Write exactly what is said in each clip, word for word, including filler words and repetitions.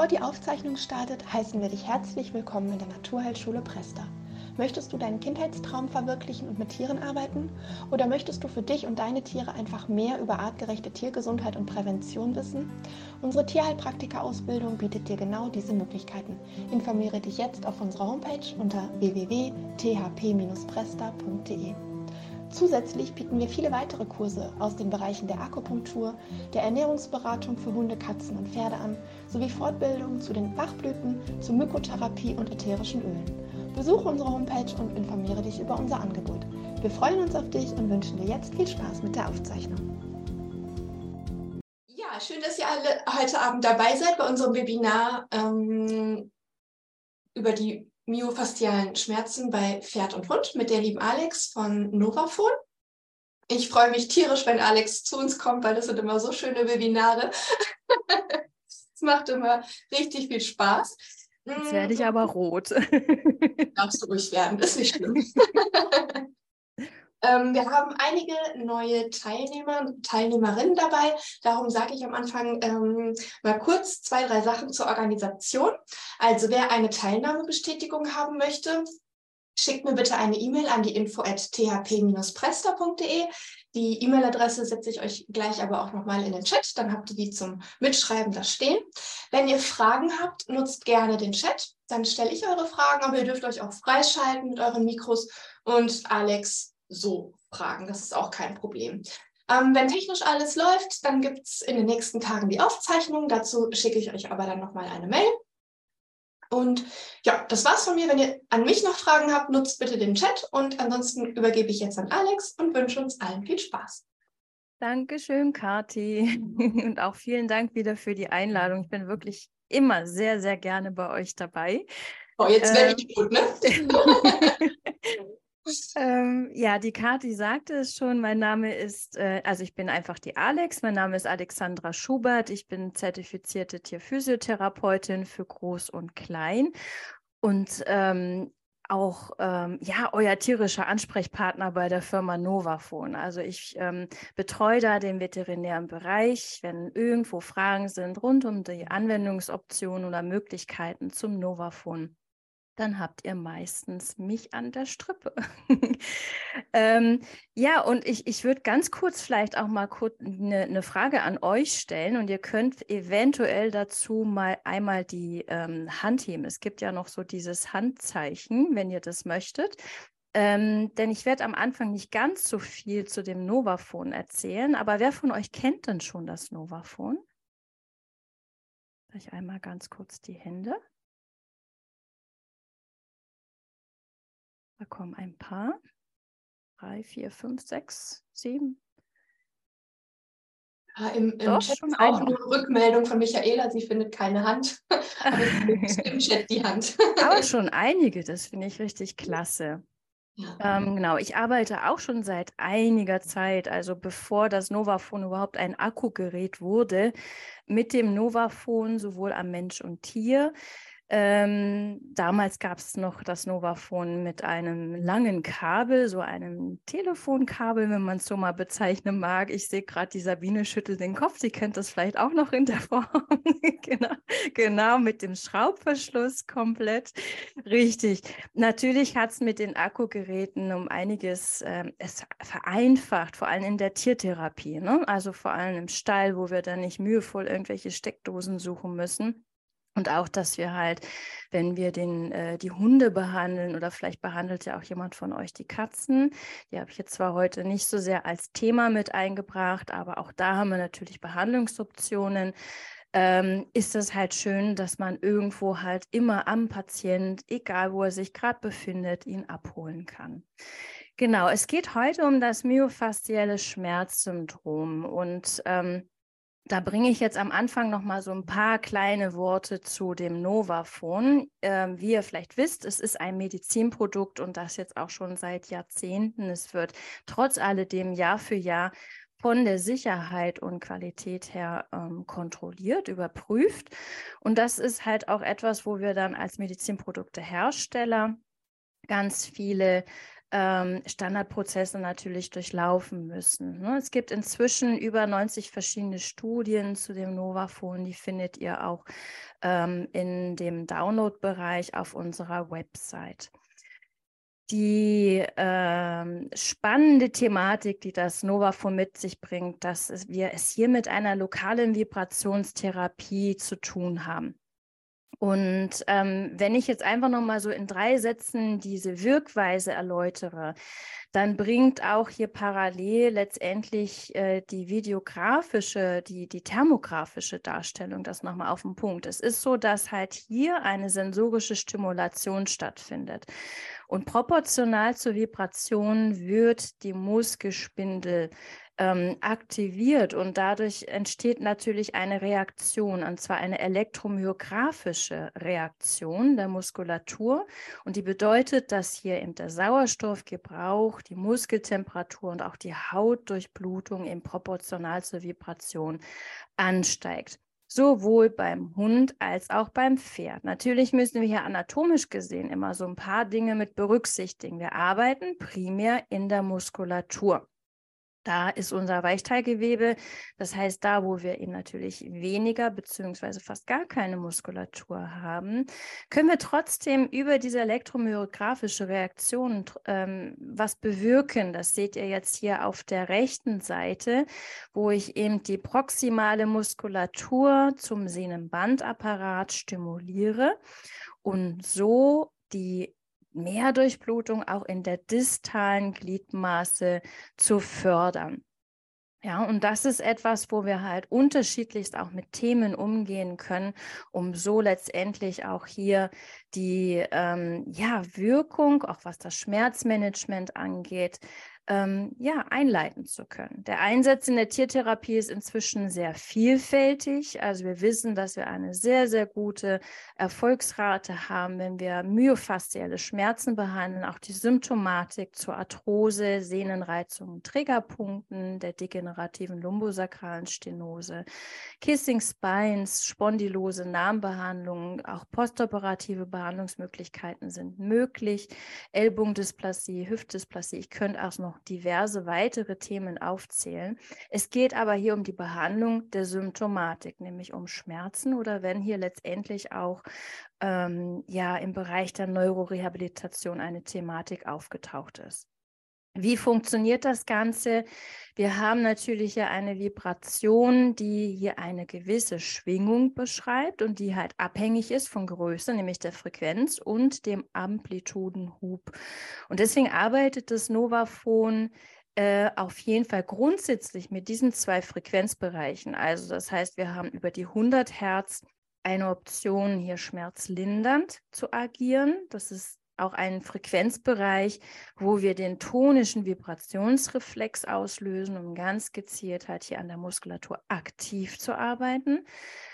Bevor die Aufzeichnung startet, heißen wir dich herzlich willkommen in der Naturheilschule Presta. Möchtest du deinen Kindheitstraum verwirklichen und mit Tieren arbeiten? Oder möchtest du für dich und deine Tiere einfach mehr über artgerechte Tiergesundheit und Prävention wissen? Unsere Tierheilpraktika-Ausbildung bietet dir genau diese Möglichkeiten. Informiere dich jetzt auf unserer Homepage unter w w w punkt t h p Bindestrich presta punkt d e. Zusätzlich bieten wir viele weitere Kurse aus den Bereichen der Akupunktur, der Ernährungsberatung für Hunde, Katzen und Pferde an, sowie Fortbildungen zu den Bachblüten, zur Mykotherapie und ätherischen Ölen. Besuche unsere Homepage und informiere dich über unser Angebot. Wir freuen uns auf dich und wünschen dir jetzt viel Spaß mit der Aufzeichnung. Ja, schön, dass ihr alle heute Abend dabei seid bei unserem Webinar ähm, über die myofaszialen Schmerzen bei Pferd und Hund mit der lieben Alex von Novafon. Ich freue mich tierisch, wenn Alex zu uns kommt, weil das sind immer so schöne Webinare. Es macht immer richtig viel Spaß. Jetzt werde ich aber rot. Darfst du ruhig werden, ist nicht schlimm. ähm, wir haben einige neue Teilnehmer und Teilnehmerinnen dabei. Darum sage ich am Anfang ähm, mal kurz zwei, drei Sachen zur Organisation. Also wer eine Teilnahmebestätigung haben möchte, schickt mir bitte eine E-Mail an die info at t h p Bindestrich presta punkt d e. Die E-Mail-Adresse setze ich euch gleich aber auch nochmal in den Chat, dann habt ihr die zum Mitschreiben da stehen. Wenn ihr Fragen habt, nutzt gerne den Chat, dann stelle ich eure Fragen, aber ihr dürft euch auch freischalten mit euren Mikros und Alex so fragen, das ist auch kein Problem. Ähm, wenn technisch alles läuft, dann gibt es in den nächsten Tagen die Aufzeichnung, dazu schicke ich euch aber dann nochmal eine Mail. Und ja, das war's von mir. Wenn ihr an mich noch Fragen habt, nutzt bitte den Chat und ansonsten übergebe ich jetzt an Alex und wünsche uns allen viel Spaß. Dankeschön, Kathi. Und auch vielen Dank wieder für die Einladung. Ich bin wirklich immer sehr, sehr gerne bei euch dabei. Oh, jetzt werde ich gut, ne? Ähm, ja, die Kathi sagte es schon, mein Name ist, äh, also ich bin einfach die Alex, mein Name ist Alexandra Schubert, ich bin zertifizierte Tierphysiotherapeutin für Groß und Klein und ähm, auch ähm, ja, euer tierischer Ansprechpartner bei der Firma Novafon. Also ich ähm, betreue da den veterinären Bereich, wenn irgendwo Fragen sind rund um die Anwendungsoptionen oder Möglichkeiten zum Novafon. Dann habt ihr meistens mich an der Strippe. ähm, ja, und ich, ich würde ganz kurz vielleicht auch mal kurz eine, eine Frage an euch stellen und ihr könnt eventuell dazu mal einmal die ähm, Hand heben. Es gibt ja noch so dieses Handzeichen, wenn ihr das möchtet. Ähm, denn ich werde am Anfang nicht ganz so viel zu dem Novafon erzählen, aber wer von euch kennt denn schon das Novafon? Vielleicht einmal ganz kurz die Hände. Da kommen ein paar. Drei, vier, fünf, sechs, sieben. Ja, im, im Doch, Chat schon ist auch einige. eine Rückmeldung von Michaela, sie findet keine Hand. Aber sie findet im Chat die Hand. Aber schon einige, das finde ich richtig klasse. Ja. Ähm, genau, ich arbeite auch schon seit einiger Zeit, also bevor das Novafon überhaupt ein Akkugerät wurde, mit dem Novafon sowohl am Mensch und Tier. Ähm, damals gab es noch das Novafon mit einem langen Kabel, so einem Telefonkabel, wenn man es so mal bezeichnen mag. Ich sehe gerade, die Sabine schüttelt den Kopf, sie kennt das vielleicht auch noch in der Form. genau, genau, mit dem Schraubverschluss komplett. Richtig. Natürlich hat es mit den Akkugeräten um einiges äh, es vereinfacht, vor allem in der Tiertherapie, ne? Also vor allem im Stall, wo wir dann nicht mühevoll irgendwelche Steckdosen suchen müssen. Und auch, dass wir halt, wenn wir den, äh, die Hunde behandeln oder vielleicht behandelt ja auch jemand von euch die Katzen, die habe ich jetzt zwar heute nicht so sehr als Thema mit eingebracht, aber auch da haben wir natürlich Behandlungsoptionen. Ähm, ist es halt schön, dass man irgendwo halt immer am Patient, egal wo er sich gerade befindet, ihn abholen kann. Genau, es geht heute um das myofaszielle Schmerzsyndrom und ähm, da bringe ich jetzt am Anfang noch mal so ein paar kleine Worte zu dem Novafon. Ähm, wie ihr vielleicht wisst, es ist ein Medizinprodukt und das jetzt auch schon seit Jahrzehnten. Es wird trotz alledem Jahr für Jahr von der Sicherheit und Qualität her ähm, kontrolliert, überprüft. Und das ist halt auch etwas, wo wir dann als Medizinproduktehersteller ganz viele ähm, Standardprozesse natürlich durchlaufen müssen. Ne? Es gibt inzwischen über neunzig verschiedene Studien zu dem Novafon, die findet ihr auch ähm, in dem Download-Bereich auf unserer Website. Die ähm, spannende Thematik, die das Novafon mit sich bringt, dass es, wir es hier mit einer lokalen Vibrationstherapie zu tun haben. Und ähm, wenn ich jetzt einfach noch mal so in drei Sätzen diese Wirkweise erläutere, dann bringt auch hier parallel letztendlich äh, die videografische, die, die thermografische Darstellung das nochmal auf den Punkt. Es ist so, dass halt hier eine sensorische Stimulation stattfindet. Und proportional zur Vibration wird die Muskelspindel ähm, aktiviert und dadurch entsteht natürlich eine Reaktion, und zwar eine elektromyographische Reaktion der Muskulatur. Und die bedeutet, dass hier eben der Sauerstoffgebrauch, die Muskeltemperatur und auch die Hautdurchblutung eben proportional zur Vibration ansteigt. Sowohl beim Hund als auch beim Pferd. Natürlich müssen wir hier anatomisch gesehen immer so ein paar Dinge mit berücksichtigen. Wir arbeiten primär in der Muskulatur. Da ist unser Weichteilgewebe, das heißt, da, wo wir eben natürlich weniger beziehungsweise fast gar keine Muskulatur haben, können wir trotzdem über diese elektromyographische Reaktion ähm, was bewirken. Das seht ihr jetzt hier auf der rechten Seite, wo ich eben die proximale Muskulatur zum Sehnenbandapparat stimuliere und so die Mehrdurchblutung auch in der distalen Gliedmaße zu fördern. Ja, und das ist etwas, wo wir halt unterschiedlichst auch mit Themen umgehen können, um so letztendlich auch hier die ähm, ja, Wirkung, auch was das Schmerzmanagement angeht, ähm, ja, einleiten zu können. Der Einsatz in der Tiertherapie ist inzwischen sehr vielfältig. Also wir wissen, dass wir eine sehr, sehr gute Erfolgsrate haben, wenn wir myofaszielle Schmerzen behandeln, auch die Symptomatik zur Arthrose, Sehnenreizungen, Triggerpunkten, der degenerativen lumbosakralen Stenose, Kissing Spines, Spondylose, Nahbehandlungen, auch postoperative Behandlungsmöglichkeiten sind möglich, Ellbogendysplasie, Hüftdysplasie, ich könnte auch noch diverse weitere Themen aufzählen. Es geht aber hier um die Behandlung der Symptomatik, nämlich um Schmerzen oder wenn hier letztendlich auch ähm, ja, im Bereich der Neurorehabilitation eine Thematik aufgetaucht ist. Wie funktioniert das Ganze? Wir haben natürlich hier eine Vibration, die hier eine gewisse Schwingung beschreibt und die halt abhängig ist von Größe, nämlich der Frequenz und dem Amplitudenhub. Und deswegen arbeitet das Novafon äh, auf jeden Fall grundsätzlich mit diesen zwei Frequenzbereichen. Also das heißt, wir haben über die hundert Hertz eine Option, hier schmerzlindernd zu agieren. Das ist auch einen Frequenzbereich, wo wir den tonischen Vibrationsreflex auslösen, um ganz gezielt halt hier an der Muskulatur aktiv zu arbeiten.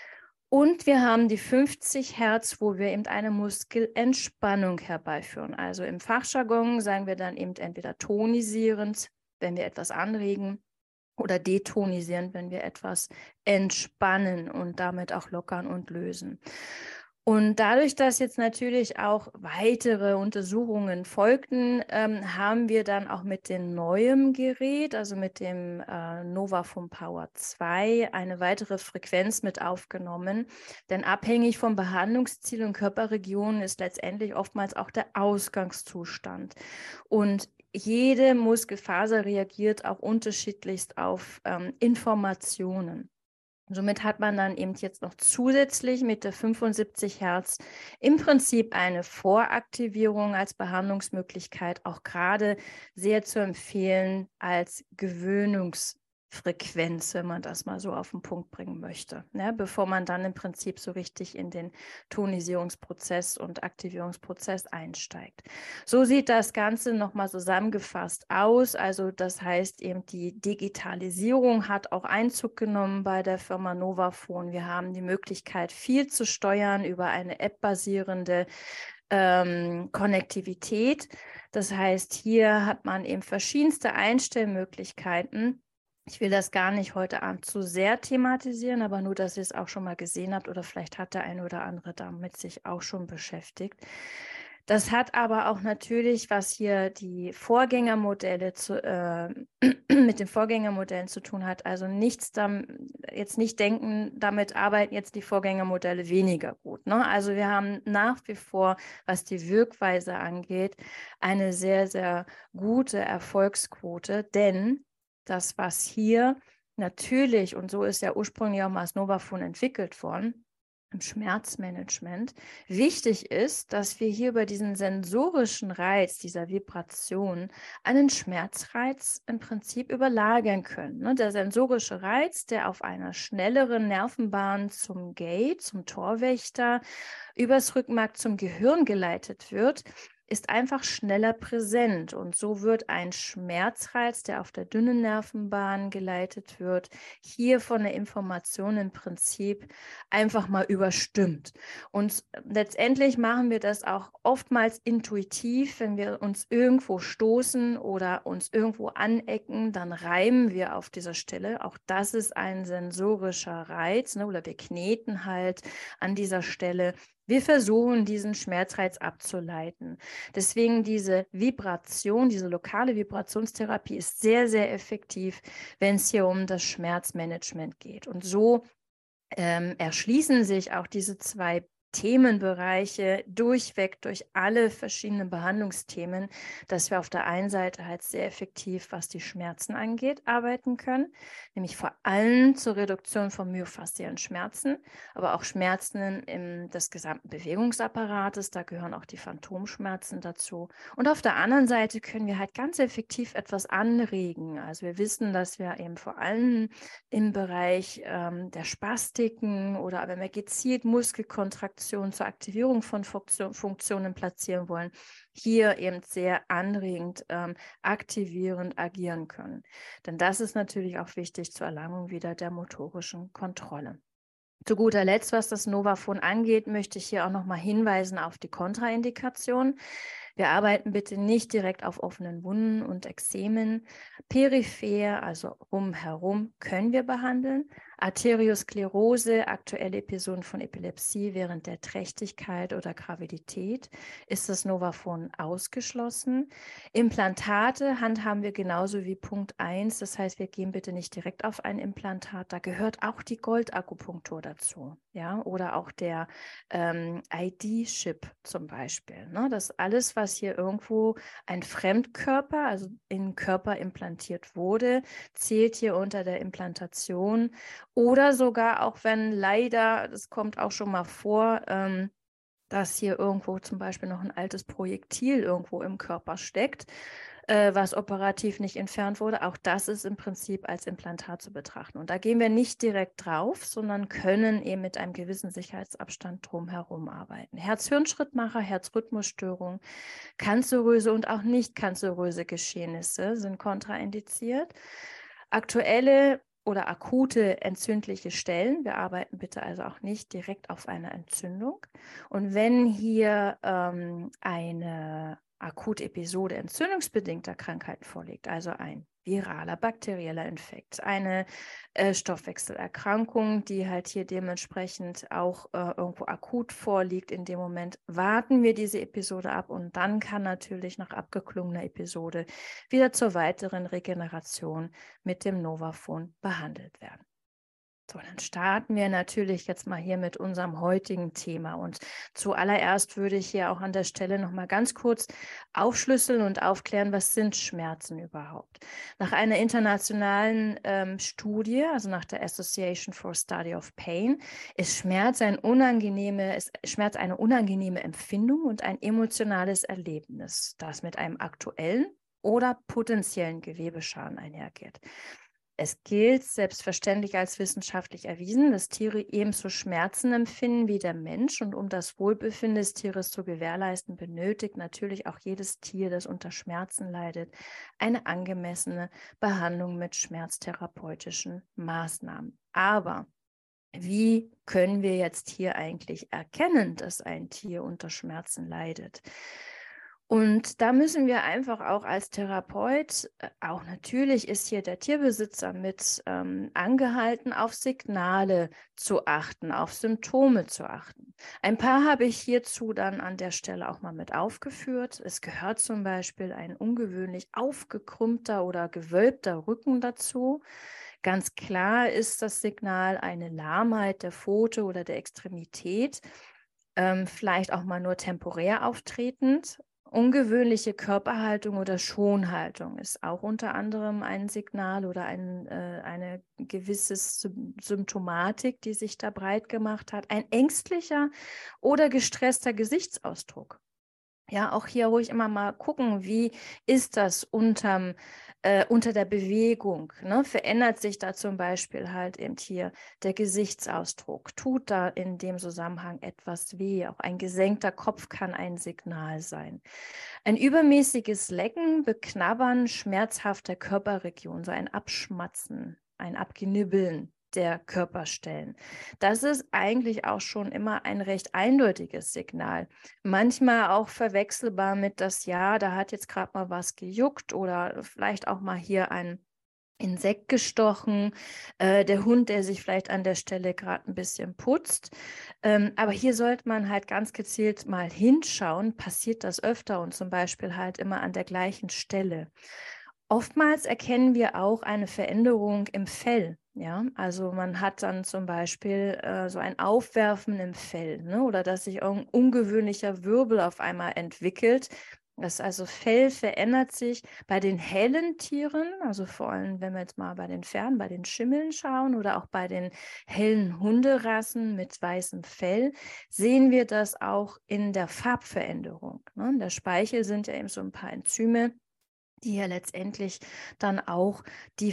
Und wir haben die fünfzig Hertz, wo wir eben eine Muskelentspannung herbeiführen. Also im Fachjargon sagen wir dann eben entweder tonisierend, wenn wir etwas anregen, oder detonisierend, wenn wir etwas entspannen und damit auch lockern und lösen. Und dadurch, dass jetzt natürlich auch weitere Untersuchungen folgten, ähm, haben wir dann auch mit dem neuen Gerät, also mit dem äh, Novafon Power zwei, eine weitere Frequenz mit aufgenommen. Denn abhängig vom Behandlungsziel und Körperregion ist letztendlich oftmals auch der Ausgangszustand. Und jede Muskelfaser reagiert auch unterschiedlichst auf ähm, Informationen. Somit hat man dann eben jetzt noch zusätzlich mit der fünfundsiebzig Hertz im Prinzip eine Voraktivierung als Behandlungsmöglichkeit, auch gerade sehr zu empfehlen als Gewöhnungsfrequenz, wenn man das mal so auf den Punkt bringen möchte, ne? Bevor man dann im Prinzip so richtig in den Tonisierungsprozess und Aktivierungsprozess einsteigt. So sieht das Ganze nochmal zusammengefasst aus. Also das heißt eben, die Digitalisierung hat auch Einzug genommen bei der Firma Novafon. Wir haben die Möglichkeit, viel zu steuern über eine App-basierende ähm, Konnektivität. Das heißt, hier hat man eben verschiedenste Einstellmöglichkeiten. Ich will das gar nicht heute Abend zu sehr thematisieren, aber nur, dass ihr es auch schon mal gesehen habt oder vielleicht hat der eine oder andere damit sich auch schon beschäftigt. Das hat aber auch natürlich, was hier die Vorgängermodelle zu, äh, mit den Vorgängermodellen zu tun hat, also nichts damit, jetzt nicht denken, damit arbeiten jetzt die Vorgängermodelle weniger gut. Ne? Also wir haben nach wie vor, was die Wirkweise angeht, eine sehr, sehr gute Erfolgsquote, denn das, was hier natürlich, und so ist ja ursprünglich auch das Novafon entwickelt worden, im Schmerzmanagement, wichtig ist, dass wir hier über diesen sensorischen Reiz dieser Vibration einen Schmerzreiz im Prinzip überlagern können. Ne? Der sensorische Reiz, der auf einer schnelleren Nervenbahn zum Gate, zum Torwächter, übers Rückenmark zum Gehirn geleitet wird, ist einfach schneller präsent. Und so wird ein Schmerzreiz, der auf der dünnen Nervenbahn geleitet wird, hier von der Information im Prinzip einfach mal überstimmt. Und letztendlich machen wir das auch oftmals intuitiv, wenn wir uns irgendwo stoßen oder uns irgendwo anecken, dann reiben wir auf dieser Stelle. Auch das ist ein sensorischer Reiz, ne? Oder wir kneten halt an dieser Stelle. Wir versuchen, diesen Schmerzreiz abzuleiten. Deswegen diese Vibration, diese lokale Vibrationstherapie ist sehr, sehr effektiv, wenn es hier um das Schmerzmanagement geht. Und so ähm, erschließen sich auch diese zwei Themenbereiche durchweg durch alle verschiedenen Behandlungsthemen, dass wir auf der einen Seite halt sehr effektiv, was die Schmerzen angeht, arbeiten können, nämlich vor allem zur Reduktion von myofaszialen Schmerzen, aber auch Schmerzen im, des gesamten Bewegungsapparates, da gehören auch die Phantomschmerzen dazu. Und auf der anderen Seite können wir halt ganz effektiv etwas anregen. Also wir wissen, dass wir eben vor allem im Bereich ähm, der Spastiken oder wenn wir gezielt Muskelkontraktionen zur Aktivierung von Funktion, Funktionen platzieren wollen, hier eben sehr anregend, ähm, aktivierend agieren können. Denn das ist natürlich auch wichtig zur Erlangung wieder der motorischen Kontrolle. Zu guter Letzt, was das Novafon angeht, möchte ich hier auch noch mal hinweisen auf die Kontraindikation. Wir arbeiten bitte nicht direkt auf offenen Wunden und Ekzemen. Peripher, also rumherum, können wir behandeln. Arteriosklerose, aktuelle Episoden von Epilepsie während der Trächtigkeit oder Gravidität, ist das Novafon ausgeschlossen. Implantate handhaben wir genauso wie Punkt eins. Das heißt, wir gehen bitte nicht direkt auf ein Implantat. Da gehört auch die Goldakupunktur dazu, ja, oder auch der ähm, I D-Chip zum Beispiel. Ne? Das alles, was hier irgendwo ein Fremdkörper, also in den Körper implantiert wurde, zählt hier unter der Implantation. Oder sogar auch wenn leider, das kommt auch schon mal vor, ähm, dass hier irgendwo zum Beispiel noch ein altes Projektil irgendwo im Körper steckt, äh, was operativ nicht entfernt wurde. Auch das ist im Prinzip als Implantat zu betrachten. Und da gehen wir nicht direkt drauf, sondern können eben mit einem gewissen Sicherheitsabstand drumherum arbeiten. Herz-Hirn-Schrittmacher, Herzrhythmusstörungen, kanzeröse und auch nicht kanzeröse Geschehnisse sind kontraindiziert. Aktuelle oder akute entzündliche Stellen. Wir arbeiten bitte also auch nicht direkt auf eine Entzündung. Und wenn hier ähm, eine akute Episode entzündungsbedingter Krankheiten vorliegt, also ein viraler, bakterieller Infekt, eine äh, Stoffwechselerkrankung, die halt hier dementsprechend auch äh, irgendwo akut vorliegt, in dem Moment warten wir diese Episode ab und dann kann natürlich nach abgeklungener Episode wieder zur weiteren Regeneration mit dem Novafon behandelt werden. So, dann starten wir natürlich jetzt mal hier mit unserem heutigen Thema. Und zuallererst würde ich hier auch an der Stelle noch mal ganz kurz aufschlüsseln und aufklären, was sind Schmerzen überhaupt? Nach einer internationalen ähm, Studie, also nach der Association for Study of Pain, ist Schmerz, ein unangenehme, ist Schmerz eine unangenehme Empfindung und ein emotionales Erlebnis, das mit einem aktuellen oder potenziellen Gewebeschaden einhergeht. Es gilt selbstverständlich als wissenschaftlich erwiesen, dass Tiere ebenso Schmerzen empfinden wie der Mensch. Und um das Wohlbefinden des Tieres zu gewährleisten, benötigt natürlich auch jedes Tier, das unter Schmerzen leidet, eine angemessene Behandlung mit schmerztherapeutischen Maßnahmen. Aber wie können wir jetzt hier eigentlich erkennen, dass ein Tier unter Schmerzen leidet? Und da müssen wir einfach auch als Therapeut, äh, auch natürlich ist hier der Tierbesitzer mit ähm, angehalten, auf Signale zu achten, auf Symptome zu achten. Ein paar habe ich hierzu dann an der Stelle auch mal mit aufgeführt. Es gehört zum Beispiel ein ungewöhnlich aufgekrümmter oder gewölbter Rücken dazu. Ganz klar ist das Signal eine Lahmheit der Pfote oder der Extremität, ähm, vielleicht auch mal nur temporär auftretend. Ungewöhnliche Körperhaltung oder Schonhaltung ist auch unter anderem ein Signal oder ein, äh, eine gewisse Symptomatik, die sich da breit gemacht hat. Ein ängstlicher oder gestresster Gesichtsausdruck. Ja, auch hier ruhig immer mal gucken, wie ist das unterm, äh, unter der Bewegung, ne? Verändert sich da zum Beispiel halt eben hier der Gesichtsausdruck? Tut da in dem Zusammenhang etwas weh? Auch ein gesenkter Kopf kann ein Signal sein. Ein übermäßiges Lecken, Beknabbern schmerzhafter Körperregion, so ein Abschmatzen, ein Abgenibbeln der Körperstellen. Das ist eigentlich auch schon immer ein recht eindeutiges Signal. Manchmal auch verwechselbar mit das, ja, da hat jetzt gerade mal was gejuckt oder vielleicht auch mal hier ein Insekt gestochen, äh, der Hund, der sich vielleicht an der Stelle gerade ein bisschen putzt. Ähm, aber hier sollte man halt ganz gezielt mal hinschauen, passiert das öfter und zum Beispiel halt immer an der gleichen Stelle. Oftmals erkennen wir auch eine Veränderung im Fell. Ja, also man hat dann zum Beispiel äh, so ein Aufwerfen im Fell, ne? Oder dass sich ein ungewöhnlicher Wirbel auf einmal entwickelt. Das also Fell verändert sich bei den hellen Tieren, also vor allem, wenn wir jetzt mal bei den Pferden, bei den Schimmeln schauen oder auch bei den hellen Hunderassen mit weißem Fell, sehen wir das auch in der Farbveränderung. Ne? In der Speichel sind ja eben so ein paar Enzyme, die ja letztendlich dann auch die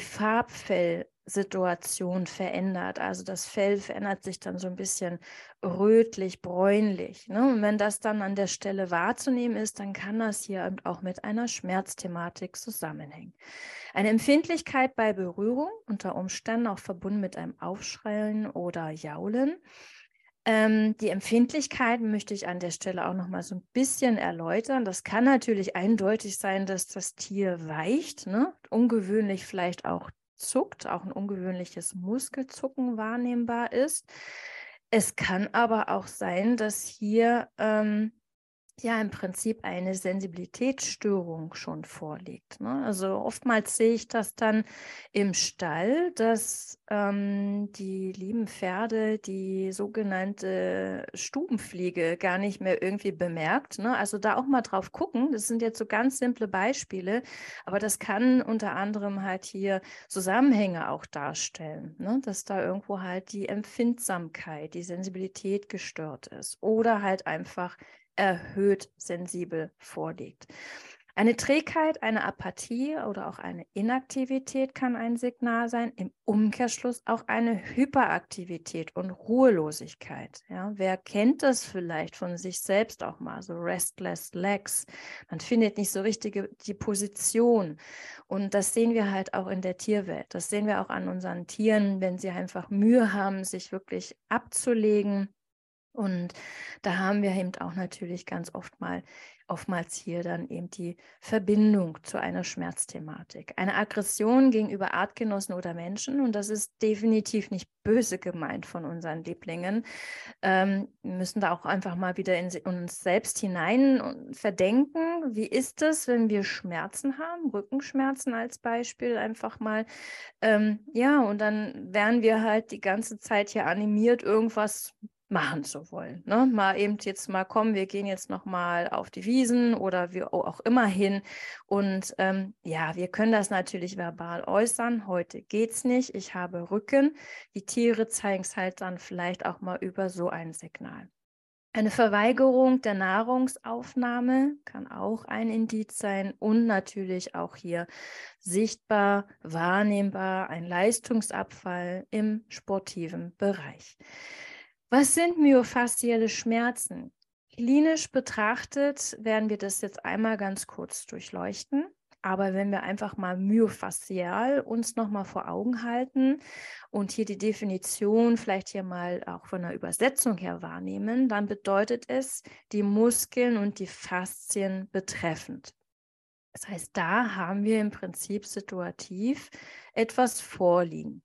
Farbfellsituation verändert. Also das Fell verändert sich dann so ein bisschen rötlich, bräunlich. Ne? Und wenn das dann an der Stelle wahrzunehmen ist, dann kann das hier auch mit einer Schmerzthematik zusammenhängen. Eine Empfindlichkeit bei Berührung, unter Umständen auch verbunden mit einem Aufschreien oder Jaulen. Ähm, die Empfindlichkeit möchte ich an der Stelle auch noch mal so ein bisschen erläutern. Das kann natürlich eindeutig sein, dass das Tier weicht, ne? Ungewöhnlich vielleicht auch zuckt, auch ein ungewöhnliches Muskelzucken wahrnehmbar ist. Es kann aber auch sein, dass hier ähm, ja im Prinzip eine Sensibilitätsstörung schon vorliegt. Ne? Also oftmals sehe ich das dann im Stall, dass ähm, die lieben Pferde die sogenannte Stubenfliege gar nicht mehr irgendwie bemerkt. Ne? Also da auch mal drauf gucken. Das sind jetzt so ganz simple Beispiele, aber das kann unter anderem halt hier Zusammenhänge auch darstellen, ne? Dass da irgendwo halt die Empfindsamkeit, die Sensibilität gestört ist oder halt einfach erhöht sensibel vorliegt. Eine Trägheit, eine Apathie oder auch eine Inaktivität kann ein Signal sein. Im Umkehrschluss auch eine Hyperaktivität und Ruhelosigkeit. Ja, wer kennt das vielleicht von sich selbst auch mal, so restless legs. Man findet nicht so richtig die Position. Und das sehen wir halt auch in der Tierwelt. Das sehen wir auch an unseren Tieren, wenn sie einfach Mühe haben, sich wirklich abzulegen. Und da haben wir eben auch natürlich ganz oft mal, oftmals hier dann eben die Verbindung zu einer Schmerzthematik. Eine Aggression gegenüber Artgenossen oder Menschen, und das ist definitiv nicht böse gemeint von unseren Lieblingen. Ähm, wir müssen da auch einfach mal wieder in uns selbst hinein verdenken. Wie ist es, wenn wir Schmerzen haben, Rückenschmerzen als Beispiel einfach mal. Ähm, ja, und dann werden wir halt die ganze Zeit hier animiert, irgendwas machen zu wollen. Ne? Mal eben jetzt mal kommen, wir gehen jetzt noch mal auf die Wiesen oder wie auch immer hin. Und ähm, ja, wir können das natürlich verbal äußern. Heute geht's nicht, ich habe Rücken. Die Tiere zeigen es halt dann vielleicht auch mal über so ein Signal. Eine Verweigerung der Nahrungsaufnahme kann auch ein Indiz sein und natürlich auch hier sichtbar, wahrnehmbar ein Leistungsabfall im sportiven Bereich. Was sind myofaszielle Schmerzen? Klinisch betrachtet werden wir das jetzt einmal ganz kurz durchleuchten. Aber wenn wir einfach mal myofaszial uns nochmal vor Augen halten und hier die Definition vielleicht hier mal auch von der Übersetzung her wahrnehmen, dann bedeutet es die Muskeln und die Faszien betreffend. Das heißt, da haben wir im Prinzip situativ etwas vorliegen.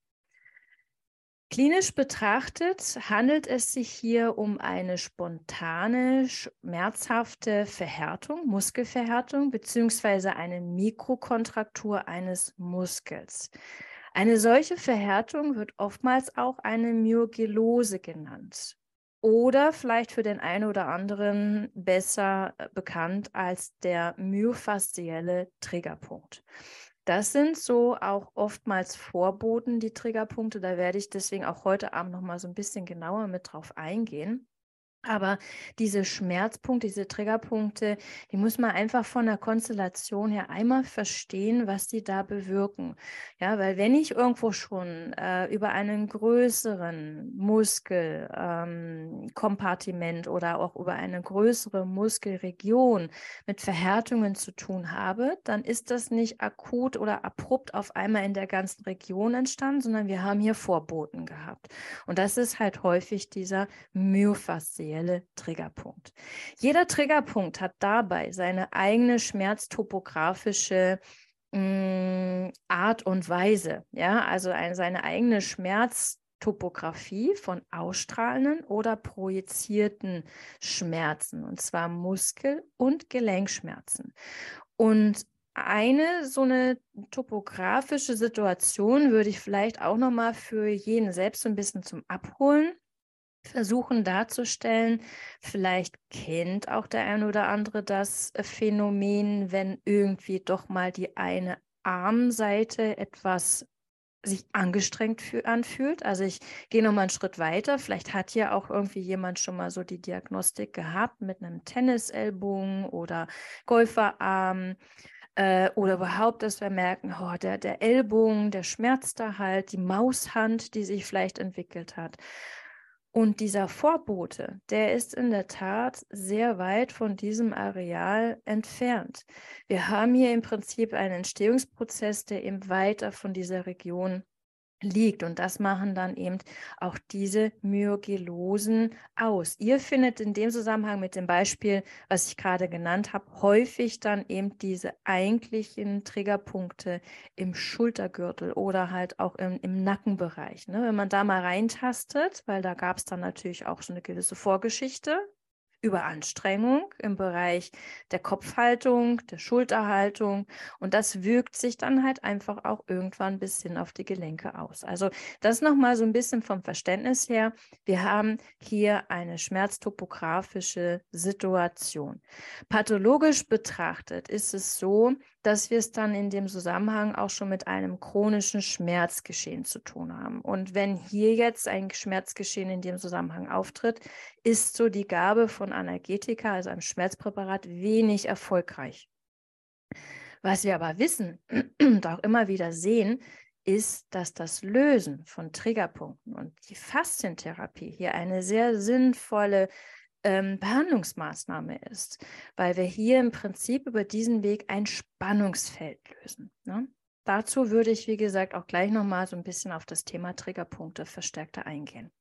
Klinisch betrachtet handelt es sich hier um eine spontane, schmerzhafte Verhärtung, Muskelverhärtung beziehungsweise eine Mikrokontraktur eines Muskels. Eine solche Verhärtung wird oftmals auch eine Myogelose genannt oder vielleicht für den einen oder anderen besser bekannt als der myofaszielle Triggerpunkt. Das sind so auch oftmals Vorboten, die Triggerpunkte. Da werde ich deswegen auch heute Abend noch mal so ein bisschen genauer mit drauf eingehen. Aber diese Schmerzpunkte, diese Triggerpunkte, die muss man einfach von der Konstellation her einmal verstehen, was die da bewirken. Ja, weil wenn ich irgendwo schon äh, über einen größeren Muskelkompartiment ähm, oder auch über eine größere Muskelregion mit Verhärtungen zu tun habe, dann ist das nicht akut oder abrupt auf einmal in der ganzen Region entstanden, sondern wir haben hier Vorboten gehabt. Und das ist halt häufig dieser myofaszielle Triggerpunkt. Jeder Triggerpunkt hat dabei seine eigene schmerztopografische mh, Art und Weise, ja, also eine, seine eigene Schmerztopographie von ausstrahlenden oder projizierten Schmerzen, und zwar Muskel- und Gelenkschmerzen. Und eine so eine topografische Situation würde ich vielleicht auch noch mal für jeden selbst so ein bisschen zum Abholen versuchen darzustellen. Vielleicht kennt auch der ein oder andere das Phänomen, wenn irgendwie doch mal die eine Armseite etwas sich angestrengt anfühlt. Also ich gehe noch mal einen Schritt weiter. Vielleicht hat ja auch irgendwie jemand schon mal so die Diagnostik gehabt mit einem Tennisellbogen oder Golferarm. Äh, oder überhaupt, dass wir merken, oh, der, der Ellbogen, der schmerzt da halt, die Maushand, die sich vielleicht entwickelt hat. Und dieser Vorbote, der ist in der Tat sehr weit von diesem Areal entfernt. Wir haben hier im Prinzip einen Entstehungsprozess, der eben weiter von dieser Region liegt. Und das machen dann eben auch diese Myogelosen aus. Ihr findet in dem Zusammenhang mit dem Beispiel, was ich gerade genannt habe, häufig dann eben diese eigentlichen Triggerpunkte im Schultergürtel oder halt auch im, im Nackenbereich. Ne? Wenn man da mal reintastet, weil da gab es dann natürlich auch so eine gewisse Vorgeschichte, Überanstrengung im Bereich der Kopfhaltung, der Schulterhaltung, und das wirkt sich dann halt einfach auch irgendwann bis hin auf die Gelenke aus. Also das nochmal so ein bisschen vom Verständnis her. Wir haben hier eine schmerztopografische Situation. Pathologisch betrachtet ist es so, dass wir es dann in dem Zusammenhang auch schon mit einem chronischen Schmerzgeschehen zu tun haben. Und wenn hier jetzt ein Schmerzgeschehen in dem Zusammenhang auftritt, ist so die Gabe von Analgetika, also einem Schmerzpräparat, wenig erfolgreich. Was wir aber wissen und auch immer wieder sehen, ist, dass das Lösen von Triggerpunkten und die Faszientherapie hier eine sehr sinnvolle ähm, Behandlungsmaßnahme ist, weil wir hier im Prinzip über diesen Weg ein Spannungsfeld lösen. Ne? Dazu würde ich, wie gesagt, auch gleich nochmal so ein bisschen auf das Thema Triggerpunkte verstärkter eingehen.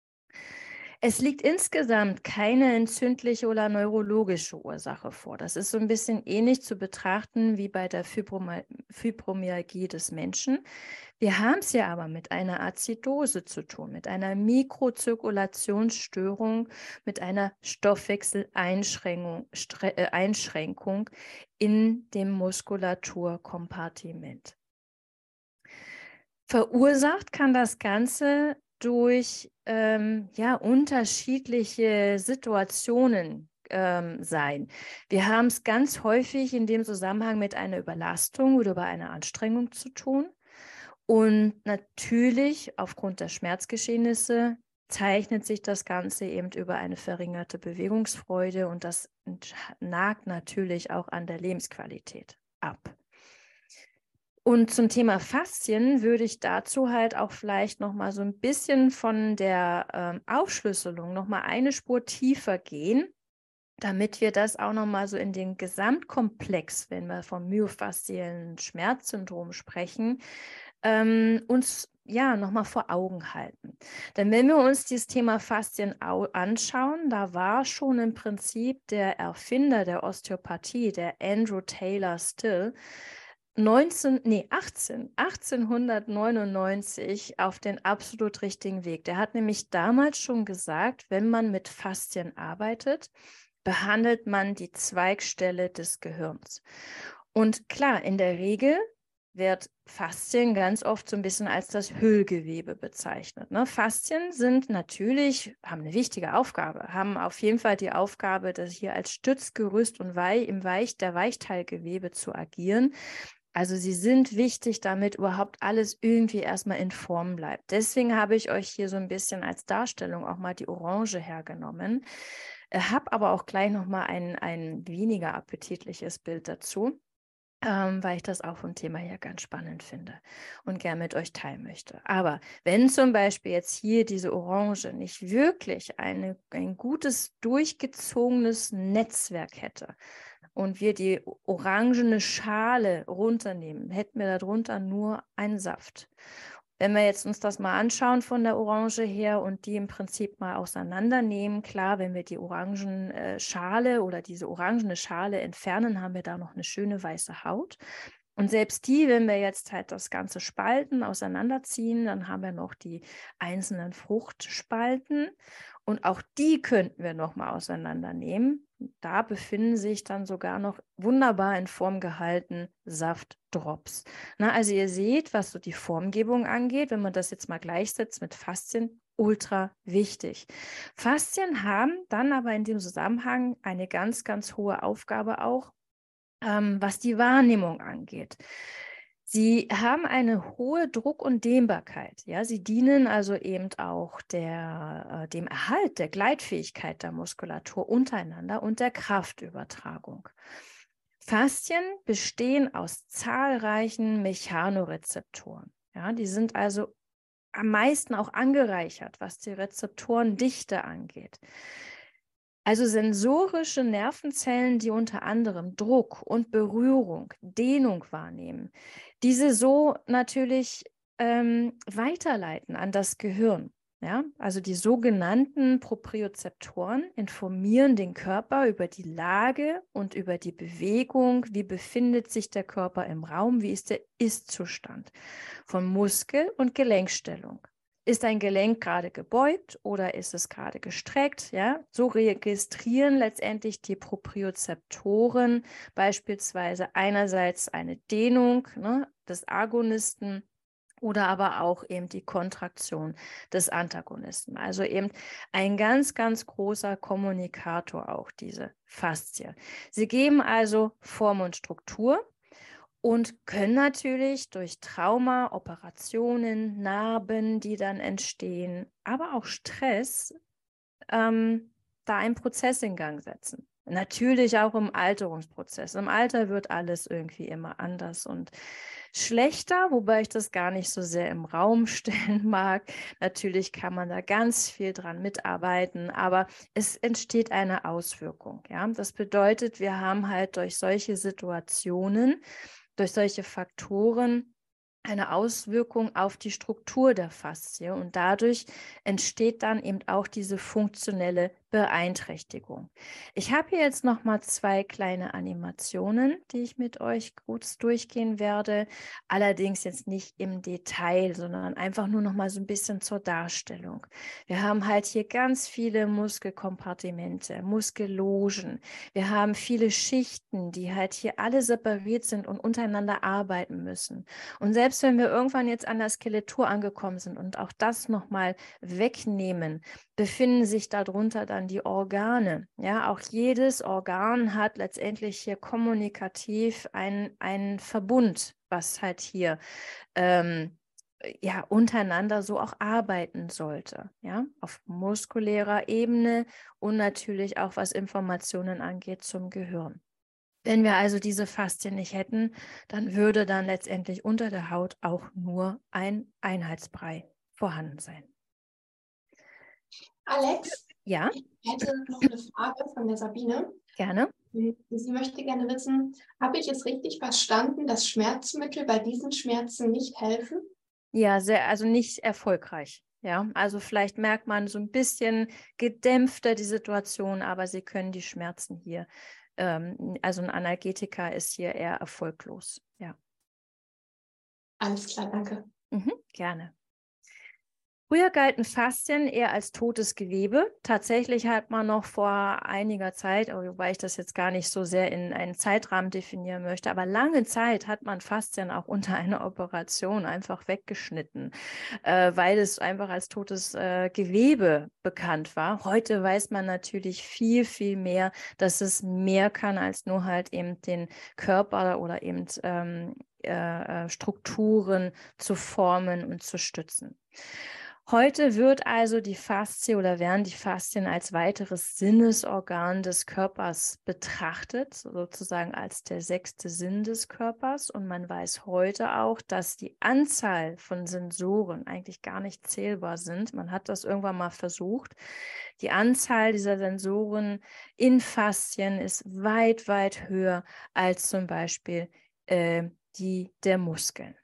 Es liegt insgesamt keine entzündliche oder neurologische Ursache vor. Das ist so ein bisschen ähnlich zu betrachten wie bei der Fibroma- Fibromyalgie des Menschen. Wir haben es ja aber mit einer Azidose zu tun, mit einer Mikrozirkulationsstörung, mit einer Stoffwechseleinschränkung Stre- äh, Einschränkung in dem Muskulaturkompartiment. Verursacht kann das Ganze durch ähm, ja, unterschiedliche Situationen ähm, sein. Wir haben es ganz häufig in dem Zusammenhang mit einer Überlastung oder über eine Anstrengung zu tun. Und natürlich aufgrund der Schmerzgeschehnisse zeichnet sich das Ganze eben über eine verringerte Bewegungsfreude, und das nagt natürlich auch an der Lebensqualität ab. Und zum Thema Faszien würde ich dazu halt auch vielleicht noch mal so ein bisschen von der ähm, Aufschlüsselung noch mal eine Spur tiefer gehen. damit wir das auch nochmal so in den Gesamtkomplex, wenn wir vom myofasziellen Schmerzsyndrom sprechen, ähm, uns ja nochmal vor Augen halten. Denn wenn wir uns dieses Thema Faszien anschauen, da war schon im Prinzip der Erfinder der Osteopathie, der Andrew Taylor Still, neunzehn, nee, achtzehn, achtzehnhundertneunundneunzig auf den absolut richtigen Weg. Der hat nämlich damals schon gesagt, wenn man mit Faszien arbeitet, behandelt man die Zweigstelle des Gehirns. Und klar, in der Regel wird Faszien ganz oft so ein bisschen als das Hüllgewebe bezeichnet. Ne? Faszien sind natürlich, haben eine wichtige Aufgabe, haben auf jeden Fall die Aufgabe, das hier als Stützgerüst und Weih, im Weich, der Weichteilgewebe zu agieren. Also sie sind wichtig, damit überhaupt alles irgendwie erstmal in Form bleibt. Deswegen habe ich euch hier so ein bisschen als Darstellung auch mal die Orange hergenommen. Habe aber auch gleich nochmal ein, ein weniger appetitliches Bild dazu. Ähm, weil ich das auch vom Thema her ganz spannend finde und gern mit euch teilen möchte. Aber wenn zum Beispiel jetzt hier diese Orange nicht wirklich eine, ein gutes, durchgezogenes Netzwerk hätte und wir die orangene Schale runternehmen, hätten wir darunter nur einen Saft. Wenn wir jetzt uns das mal anschauen von der Orange her und die im Prinzip mal auseinandernehmen, klar, wenn wir die Orangenschale oder diese orangene Schale entfernen, haben wir da noch eine schöne weiße Haut. Und selbst die, wenn wir jetzt halt das Ganze spalten, auseinanderziehen, dann haben wir noch die einzelnen Fruchtspalten und auch die könnten wir nochmal auseinandernehmen. Da befinden sich dann sogar noch wunderbar in Form gehalten Saftdrops. Na, also ihr seht, was so die Formgebung angeht, wenn man das jetzt mal gleichsetzt mit Faszien, ultra wichtig. Faszien haben dann aber in dem Zusammenhang eine ganz, ganz hohe Aufgabe auch, ähm, was die Wahrnehmung angeht. Sie haben eine hohe Druck- und Dehnbarkeit. Ja? Sie dienen also eben auch der, äh, dem Erhalt der Gleitfähigkeit der Muskulatur untereinander und der Kraftübertragung. Faszien bestehen aus zahlreichen Mechanorezeptoren. Ja? Die sind also am meisten auch angereichert, was die Rezeptorendichte angeht. Also sensorische Nervenzellen, die unter anderem Druck und Berührung, Dehnung wahrnehmen, diese so natürlich ähm, weiterleiten an das Gehirn. Ja? Also die sogenannten Propriozeptoren informieren den Körper über die Lage und über die Bewegung, wie befindet sich der Körper im Raum, wie ist der Ist-Zustand von Muskel- und Gelenkstellung. Ist ein Gelenk gerade gebeugt oder ist es gerade gestreckt? Ja? So registrieren letztendlich die Propriozeptoren beispielsweise einerseits eine Dehnung, ne, des Agonisten oder aber auch eben die Kontraktion des Antagonisten. Also eben ein ganz, ganz großer Kommunikator auch, diese Faszien. Sie geben also Form und Struktur und können natürlich durch Trauma, Operationen, Narben, die dann entstehen, aber auch Stress, ähm, da einen Prozess in Gang setzen. Natürlich auch im Alterungsprozess. Im Alter wird alles irgendwie immer anders und schlechter, wobei ich das gar nicht so sehr im Raum stellen mag. Natürlich kann man da ganz viel dran mitarbeiten, aber es entsteht eine Auswirkung. Ja? Das bedeutet, wir haben halt durch solche Situationen, durch solche Faktoren eine Auswirkung auf die Struktur der Faszie und dadurch entsteht dann eben auch diese funktionelle Beeinträchtigung. Ich habe hier jetzt noch mal zwei kleine Animationen, die ich mit euch kurz durchgehen werde, allerdings jetzt nicht im Detail, sondern einfach nur noch mal so ein bisschen zur Darstellung. Wir haben halt hier ganz viele Muskelkompartimente, Muskellogen. Wir haben viele Schichten, die halt hier alle separiert sind und untereinander arbeiten müssen. Und selbst wenn wir irgendwann jetzt an der Skeletur angekommen sind und auch das nochmal wegnehmen, befinden sich darunter dann die Organe. Ja, auch jedes Organ hat letztendlich hier kommunikativ einen, einen Verbund, was halt hier ähm, ja, untereinander so auch arbeiten sollte. Ja, auf muskulärer Ebene und natürlich auch was Informationen angeht zum Gehirn. Wenn wir also diese Faszien nicht hätten, dann würde dann letztendlich unter der Haut auch nur ein Einheitsbrei vorhanden sein. Alex, Ja, Ich hätte noch eine Frage von der Sabine. gerne. Sie möchte gerne wissen, habe ich es richtig verstanden, dass Schmerzmittel bei diesen Schmerzen nicht helfen? Ja, sehr, also nicht erfolgreich. Ja, also vielleicht merkt man so ein bisschen gedämpfter die Situation, aber Sie können die Schmerzen hier, ähm, also ein Analgetika ist hier eher erfolglos. Ja, Alles klar, danke. mhm, gerne. Früher galten Faszien eher als totes Gewebe. Tatsächlich hat man noch vor einiger Zeit, wobei ich das jetzt gar nicht so sehr in einen Zeitrahmen definieren möchte, aber lange Zeit hat man Faszien auch unter einer Operation einfach weggeschnitten, äh, weil es einfach als totes äh, Gewebe bekannt war. Heute weiß man natürlich viel, viel mehr, dass es mehr kann als nur halt eben den Körper oder eben ähm, äh, Strukturen zu formen und zu stützen. Heute wird also die Faszie oder werden die Faszien als weiteres Sinnesorgan des Körpers betrachtet, sozusagen als der sechste Sinn des Körpers. Und man weiß heute auch, dass die Anzahl von Sensoren eigentlich gar nicht zählbar sind. Man hat das irgendwann mal versucht. Die Anzahl dieser Sensoren in Faszien ist weit, weit höher als zum Beispiel äh, die der Muskeln.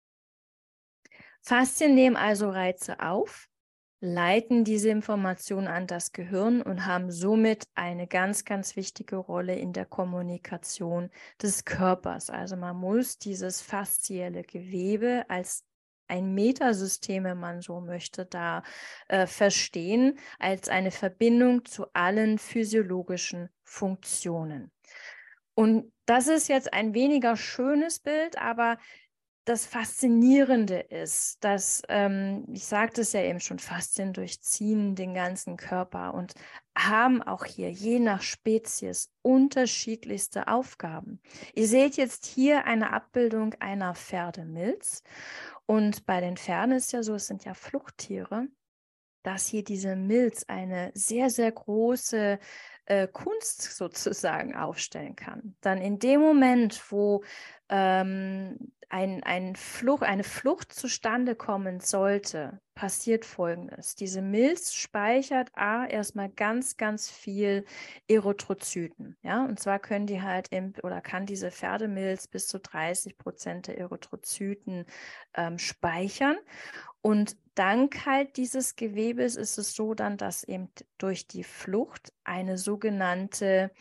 Faszien nehmen also Reize auf, leiten diese Informationen an das Gehirn und haben somit eine ganz, ganz wichtige Rolle in der Kommunikation des Körpers. Also man muss dieses faszielle Gewebe als ein Metasystem, wenn man so möchte, da äh, verstehen, als eine Verbindung zu allen physiologischen Funktionen. Und das ist jetzt ein weniger schönes Bild, aber das Faszinierende ist, dass, ähm, ich sagte es ja eben schon, Faszien durchziehen den ganzen Körper und haben auch hier je nach Spezies unterschiedlichste Aufgaben. Ihr seht jetzt hier eine Abbildung einer Pferdemilz und bei den Pferden ist ja so, es sind ja Fluchttiere, dass hier diese Milz eine sehr, sehr große äh, Kunst sozusagen aufstellen kann. Dann in dem Moment, wo ähm, ein, ein Fluch, eine Flucht zustande kommen sollte, passiert Folgendes. Diese Milz speichert A, erstmal ganz, ganz viel Erythrozyten. Ja? Und zwar können die halt im, oder kann diese Pferdemilz bis zu dreißig Prozent der Erythrozyten ähm, speichern. Und dank halt dieses Gewebes ist es so dann, dass eben durch die Flucht eine sogenannte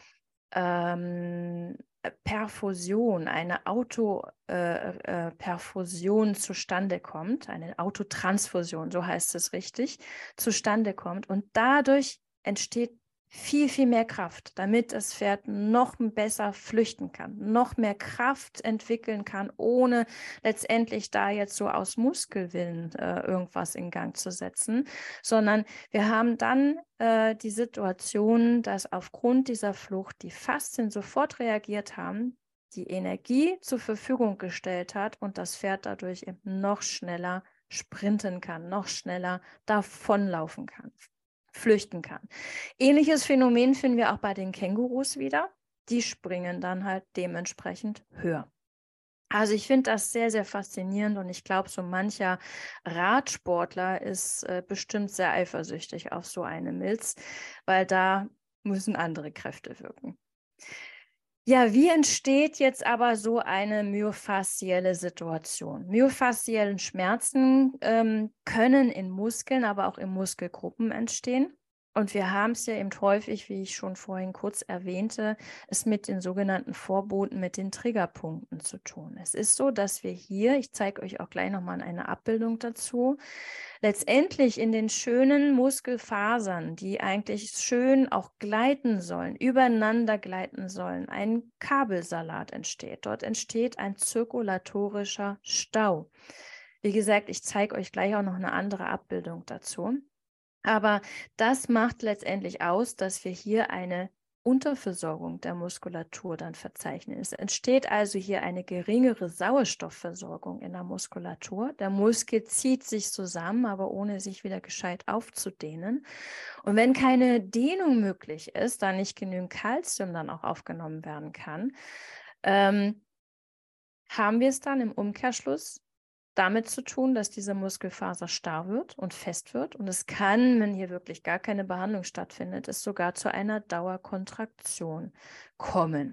ähm, Perfusion, eine Autoperfusion äh, äh, zustande kommt, eine Autotransfusion, so heißt es richtig, zustande kommt. Und dadurch entsteht viel, viel mehr Kraft, damit das Pferd noch besser flüchten kann, noch mehr Kraft entwickeln kann, ohne letztendlich da jetzt so aus Muskelwillen äh, irgendwas in Gang zu setzen, sondern wir haben dann äh, die Situation, dass aufgrund dieser Flucht die Faszien sofort reagiert haben, die Energie zur Verfügung gestellt hat und das Pferd dadurch eben noch schneller sprinten kann, noch schneller davonlaufen kann, flüchten kann. Ähnliches Phänomen finden wir auch bei den Kängurus wieder. Die springen dann halt dementsprechend höher. Also ich finde das sehr, sehr faszinierend und ich glaube, so mancher Radsportler ist äh, bestimmt sehr eifersüchtig auf so eine Milz, weil da müssen andere Kräfte wirken. Ja, wie entsteht jetzt aber so eine myofaszielle Situation? Myofasziellen Schmerzen ähm, können in Muskeln, aber auch in Muskelgruppen entstehen. Und wir haben es ja eben häufig, wie ich schon vorhin kurz erwähnte, es mit den sogenannten Vorboten, mit den Triggerpunkten zu tun. Es ist so, dass wir hier, ich zeige euch auch gleich nochmal eine Abbildung dazu, letztendlich in den schönen Muskelfasern, die eigentlich schön auch gleiten sollen, übereinander gleiten sollen, ein Kabelsalat entsteht. Dort entsteht ein zirkulatorischer Stau. Wie gesagt, ich zeige euch gleich auch noch eine andere Abbildung dazu. Aber das macht letztendlich aus, dass wir hier eine Unterversorgung der Muskulatur dann verzeichnen. Es entsteht also hier eine geringere Sauerstoffversorgung in der Muskulatur. Der Muskel zieht sich zusammen, aber ohne sich wieder gescheit aufzudehnen. Und wenn keine Dehnung möglich ist, da nicht genügend Kalzium dann auch aufgenommen werden kann, ähm, haben wir es dann im Umkehrschluss damit zu tun, dass diese Muskelfaser starr wird und fest wird. Und es kann, wenn hier wirklich gar keine Behandlung stattfindet, es sogar zu einer Dauerkontraktion kommen.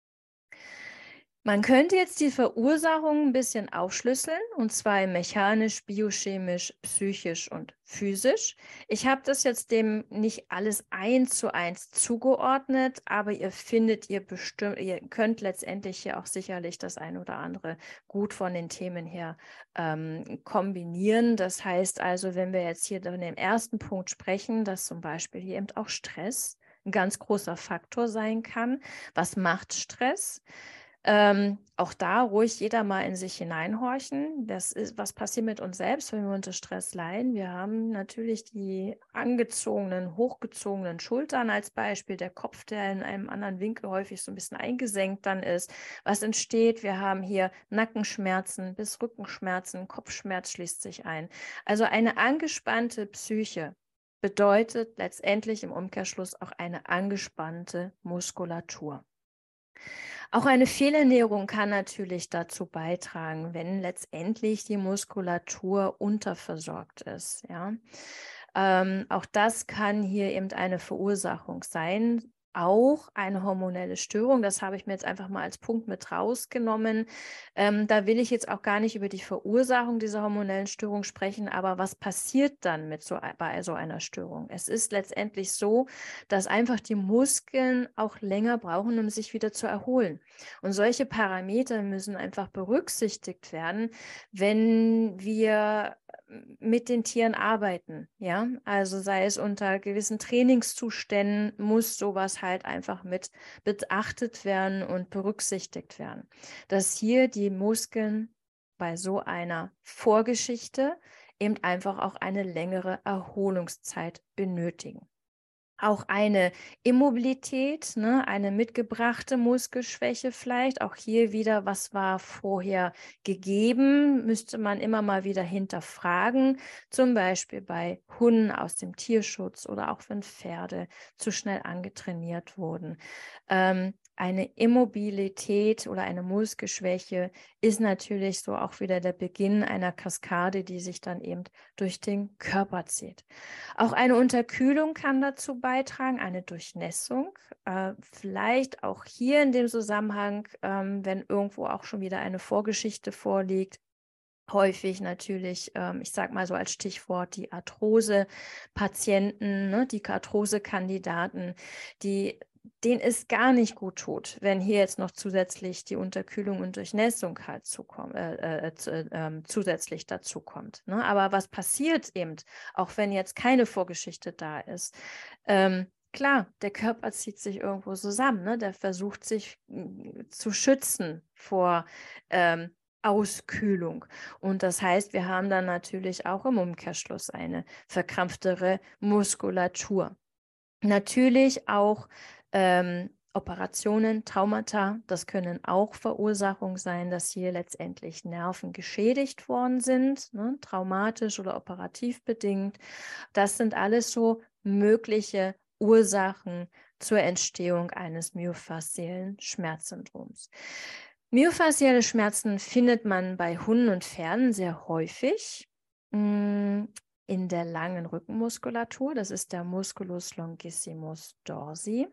Man könnte jetzt die Verursachung ein bisschen aufschlüsseln, und zwar mechanisch, biochemisch, psychisch und physisch. Ich habe das jetzt dem nicht alles eins zu eins zugeordnet, aber ihr findet ihr bestimmt, ihr könnt letztendlich hier auch sicherlich das ein oder andere gut von den Themen her ähm, kombinieren. Das heißt also, wenn wir jetzt hier von dem ersten Punkt sprechen, dass zum Beispiel hier eben auch Stress ein ganz großer Faktor sein kann. Was macht Stress? Ähm, auch da ruhig jeder mal in sich hineinhorchen. Das ist, was passiert mit uns selbst, wenn wir unter Stress leiden? Wir haben natürlich die angezogenen, hochgezogenen Schultern als Beispiel, der Kopf, der in einem anderen Winkel häufig so ein bisschen eingesenkt dann ist. Was entsteht? Wir haben hier Nackenschmerzen bis Rückenschmerzen, Kopfschmerz schließt sich ein. Also eine angespannte Psyche bedeutet letztendlich im Umkehrschluss auch eine angespannte Muskulatur. Auch eine Fehlernährung kann natürlich dazu beitragen, wenn letztendlich die Muskulatur unterversorgt ist. Ja? Ähm, auch das kann hier eben eine Verursachung sein. Auch eine hormonelle Störung, das habe ich mir jetzt einfach mal als Punkt mit rausgenommen. Ähm, da will ich jetzt auch gar nicht über die Verursachung dieser hormonellen Störung sprechen, aber was passiert dann mit so, bei so einer Störung? Es ist letztendlich so, dass einfach die Muskeln auch länger brauchen, um sich wieder zu erholen. Und solche Parameter müssen einfach berücksichtigt werden, wenn wir mit den Tieren arbeiten, ja, also sei es unter gewissen Trainingszuständen, muss sowas halt einfach mit beachtet werden und berücksichtigt werden, dass hier die Muskeln bei so einer Vorgeschichte eben einfach auch eine längere Erholungszeit benötigen. Auch eine Immobilität, ne, eine mitgebrachte Muskelschwäche vielleicht. Auch hier wieder, was war vorher gegeben, müsste man immer mal wieder hinterfragen. Zum Beispiel bei Hunden aus dem Tierschutz oder auch wenn Pferde zu schnell angetrainiert wurden. Ähm, eine Immobilität oder eine Muskelschwäche ist natürlich so auch wieder der Beginn einer Kaskade, die sich dann eben durch den Körper zieht. Auch eine Unterkühlung kann dazu beitragen, eine Durchnässung. Äh, vielleicht auch hier in dem Zusammenhang, ähm, wenn irgendwo auch schon wieder eine Vorgeschichte vorliegt, häufig natürlich, ähm, ich sage mal so als Stichwort, die Arthrose-Patienten, ne, die Arthrose-Kandidaten, die denen es gar nicht gut tut, wenn hier jetzt noch zusätzlich die Unterkühlung und Durchnässung halt zukommen, äh, äh, äh, zusätzlich dazu kommt. Ne? Aber was passiert eben, auch wenn jetzt keine Vorgeschichte da ist? Ähm, klar, der Körper zieht sich irgendwo zusammen, ne? Der versucht sich mh, zu schützen vor ähm, Auskühlung. Und das heißt, wir haben dann natürlich auch im Umkehrschluss eine verkrampftere Muskulatur. Natürlich auch ähm, Operationen, Traumata, das können auch Verursachungen sein, dass hier letztendlich Nerven geschädigt worden sind, ne, traumatisch oder operativ bedingt. Das sind alles so mögliche Ursachen zur Entstehung eines myofasziellen Schmerzsyndroms. Myofaszielle Schmerzen findet man bei Hunden und Pferden sehr häufig mh, in der langen Rückenmuskulatur. Das ist der Musculus longissimus dorsi.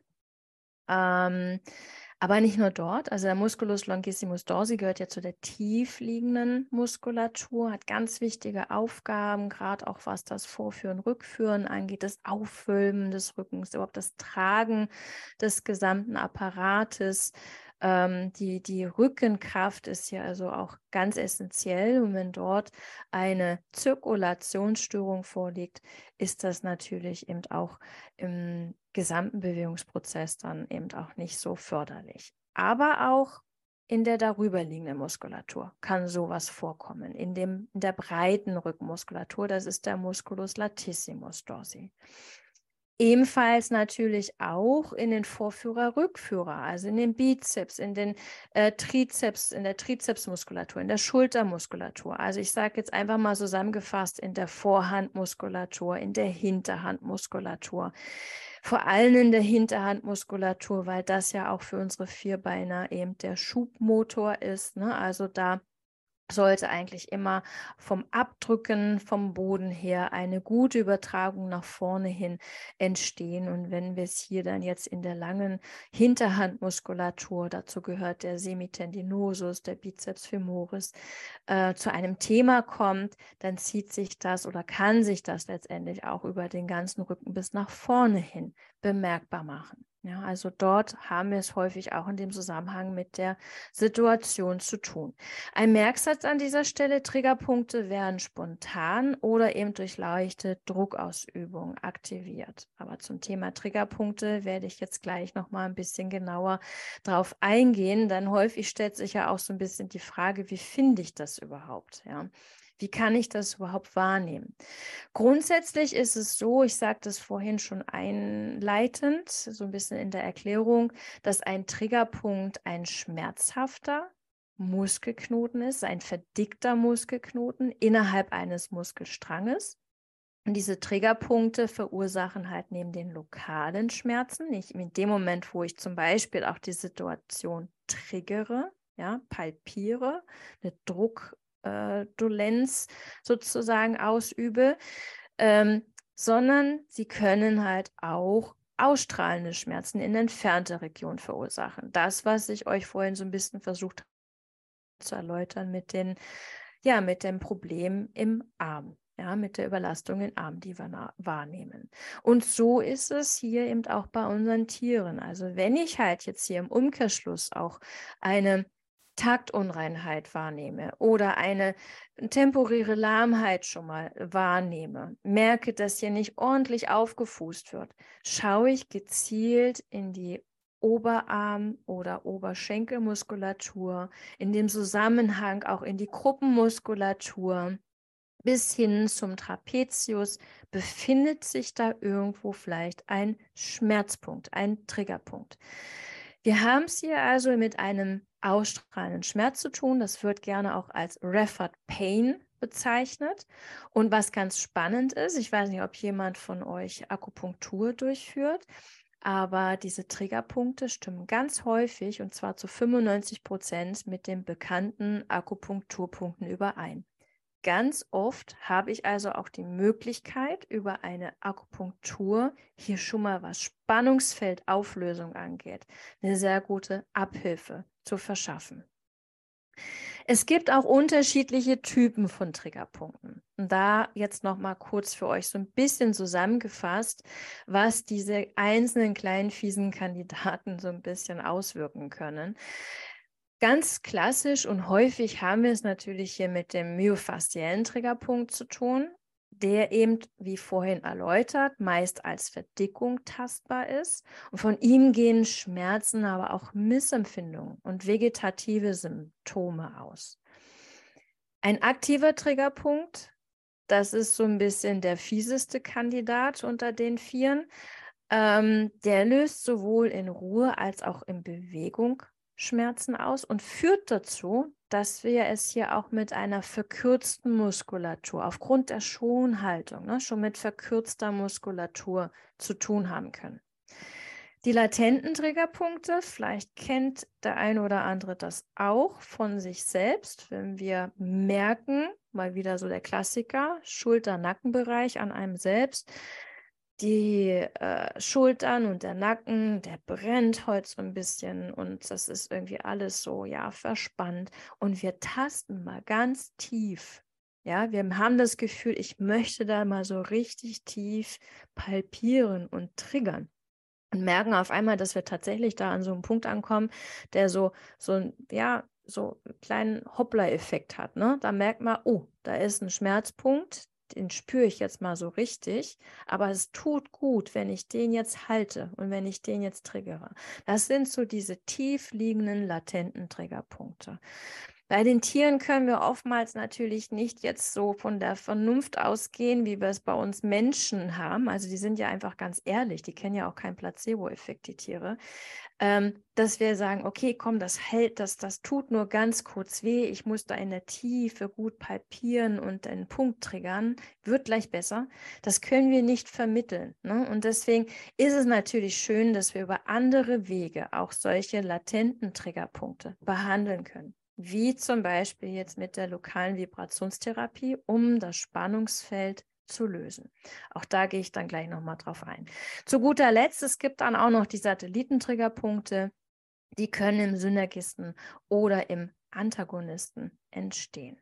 Ähm, aber nicht nur dort. Also der Musculus longissimus dorsi gehört ja zu der tief liegenden Muskulatur, hat ganz wichtige Aufgaben, gerade auch was das Vorführen, Rückführen angeht, das Auffüllen des Rückens, überhaupt das Tragen des gesamten Apparates. Ähm, die, die Rückenkraft ist ja also auch ganz essentiell. Und wenn dort eine Zirkulationsstörung vorliegt, ist das natürlich eben auch im gesamten Bewegungsprozess dann eben auch nicht so förderlich. Aber auch in der darüberliegenden Muskulatur kann sowas vorkommen. In, dem, in der breiten Rückenmuskulatur, das ist der Musculus latissimus dorsi. Ebenfalls natürlich auch in den Vorführer, Rückführer, also in den Bizeps, in den äh, Trizeps, in der Trizepsmuskulatur, in der Schultermuskulatur. Also ich sage jetzt einfach mal zusammengefasst, in der Vorhandmuskulatur, in der Hinterhandmuskulatur. Vor allem in der Hinterhandmuskulatur, weil das ja auch für unsere Vierbeiner eben der Schubmotor ist. Ne? Also da sollte eigentlich immer vom Abdrücken vom Boden her eine gute Übertragung nach vorne hin entstehen. Und wenn wir es hier dann jetzt in der langen Hinterhandmuskulatur, dazu gehört der Semitendinosus, der Bizeps femoris, äh, zu einem Thema kommt, dann zieht sich das oder kann sich das letztendlich auch über den ganzen Rücken bis nach vorne hin bemerkbar machen. Ja, also dort haben wir es häufig auch in dem Zusammenhang mit der Situation zu tun. Ein Merksatz an dieser Stelle: Triggerpunkte werden spontan oder eben durch leichte Druckausübung aktiviert. Aber zum Thema Triggerpunkte werde ich jetzt gleich noch mal ein bisschen genauer drauf eingehen, denn häufig stellt sich ja auch so ein bisschen die Frage, wie finde ich das überhaupt? Ja? Wie kann ich das überhaupt wahrnehmen? Grundsätzlich ist es so, ich sagte es vorhin schon einleitend, so ein bisschen in der Erklärung, dass ein Triggerpunkt ein schmerzhafter Muskelknoten ist, ein verdickter Muskelknoten innerhalb eines Muskelstranges. Und diese Triggerpunkte verursachen halt neben den lokalen Schmerzen, nicht in dem Moment, wo ich zum Beispiel auch die Situation triggere, ja, palpiere, eine Druck Äh, Dolenz sozusagen ausübe, ähm, sondern sie können halt auch ausstrahlende Schmerzen in entfernter Region verursachen. Das, was ich euch vorhin so ein bisschen versucht habe zu erläutern mit den, ja, mit dem Problem im Arm. Ja, mit der Überlastung im Arm, die wir wahrnehmen. Und so ist es hier eben auch bei unseren Tieren. Also wenn ich halt jetzt hier im Umkehrschluss auch eine Taktunreinheit wahrnehme oder eine temporäre Lahmheit schon mal wahrnehme, merke, dass hier nicht ordentlich aufgefußt wird, schaue ich gezielt in die Oberarm- oder Oberschenkelmuskulatur, in dem Zusammenhang auch in die Gruppenmuskulatur bis hin zum Trapezius. Befindet sich da irgendwo vielleicht ein Schmerzpunkt, ein Triggerpunkt. Wir haben es hier also mit einem ausstrahlenden Schmerz zu tun. Das wird gerne auch als Referred Pain bezeichnet. Und was ganz spannend ist, ich weiß nicht, ob jemand von euch Akupunktur durchführt, aber diese Triggerpunkte stimmen ganz häufig, und zwar zu fünfundneunzig Prozent, mit den bekannten Akupunkturpunkten überein. Ganz oft habe ich also auch die Möglichkeit, über eine Akupunktur hier schon mal, was Spannungsfeldauflösung angeht, eine sehr gute Abhilfe zu verschaffen. Es gibt auch unterschiedliche Typen von Triggerpunkten. Und da jetzt noch mal kurz für euch so ein bisschen zusammengefasst, was diese einzelnen kleinen fiesen Kandidaten so ein bisschen auswirken können. Ganz klassisch und häufig haben wir es natürlich hier mit dem myofasziellen Triggerpunkt zu tun, der eben, wie vorhin erläutert, meist als Verdickung tastbar ist. Und von ihm gehen Schmerzen, aber auch Missempfindungen und vegetative Symptome aus. Ein aktiver Triggerpunkt, das ist so ein bisschen der fieseste Kandidat unter den Vieren. Ähm, der löst sowohl in Ruhe als auch in Bewegung Schmerzen aus und führt dazu, dass wir es hier auch mit einer verkürzten Muskulatur aufgrund der Schonhaltung, ne, schon mit verkürzter Muskulatur zu tun haben können. Die latenten Triggerpunkte, vielleicht kennt der eine oder andere das auch von sich selbst, wenn wir merken, mal wieder so der Klassiker, Schulter-Nackenbereich an einem selbst, die äh, Schultern und der Nacken, der brennt heute so ein bisschen und das ist irgendwie alles so, ja, verspannt. Und wir tasten mal ganz tief. Ja, wir haben das Gefühl, ich möchte da mal so richtig tief palpieren und triggern. Und merken auf einmal, dass wir tatsächlich da an so einem Punkt ankommen, der so, so, ja, so einen kleinen Hoppla-Effekt hat. Ne? Da merkt man, oh, da ist ein Schmerzpunkt, den spüre ich jetzt mal so richtig, aber es tut gut, wenn ich den jetzt halte und wenn ich den jetzt triggere. Das sind so diese tief liegenden, latenten Triggerpunkte. Bei den Tieren können wir oftmals natürlich nicht jetzt so von der Vernunft ausgehen, wie wir es bei uns Menschen haben. Also die sind ja einfach ganz ehrlich, die kennen ja auch keinen Placebo-Effekt, die Tiere. Ähm, dass wir sagen, okay, komm, das hält, das, das tut nur ganz kurz weh, ich muss da in der Tiefe gut palpieren und einen Punkt triggern, wird gleich besser. Das können wir nicht vermitteln. Ne? Und deswegen ist es natürlich schön, dass wir über andere Wege auch solche latenten Triggerpunkte behandeln können. wie zum Beispiel jetzt mit der lokalen Vibrationstherapie, um das Spannungsfeld zu lösen. Auch da gehe ich dann gleich nochmal drauf ein. Zu guter Letzt, es gibt dann auch noch die Satellitentriggerpunkte, die können im Synergisten oder im Antagonisten entstehen.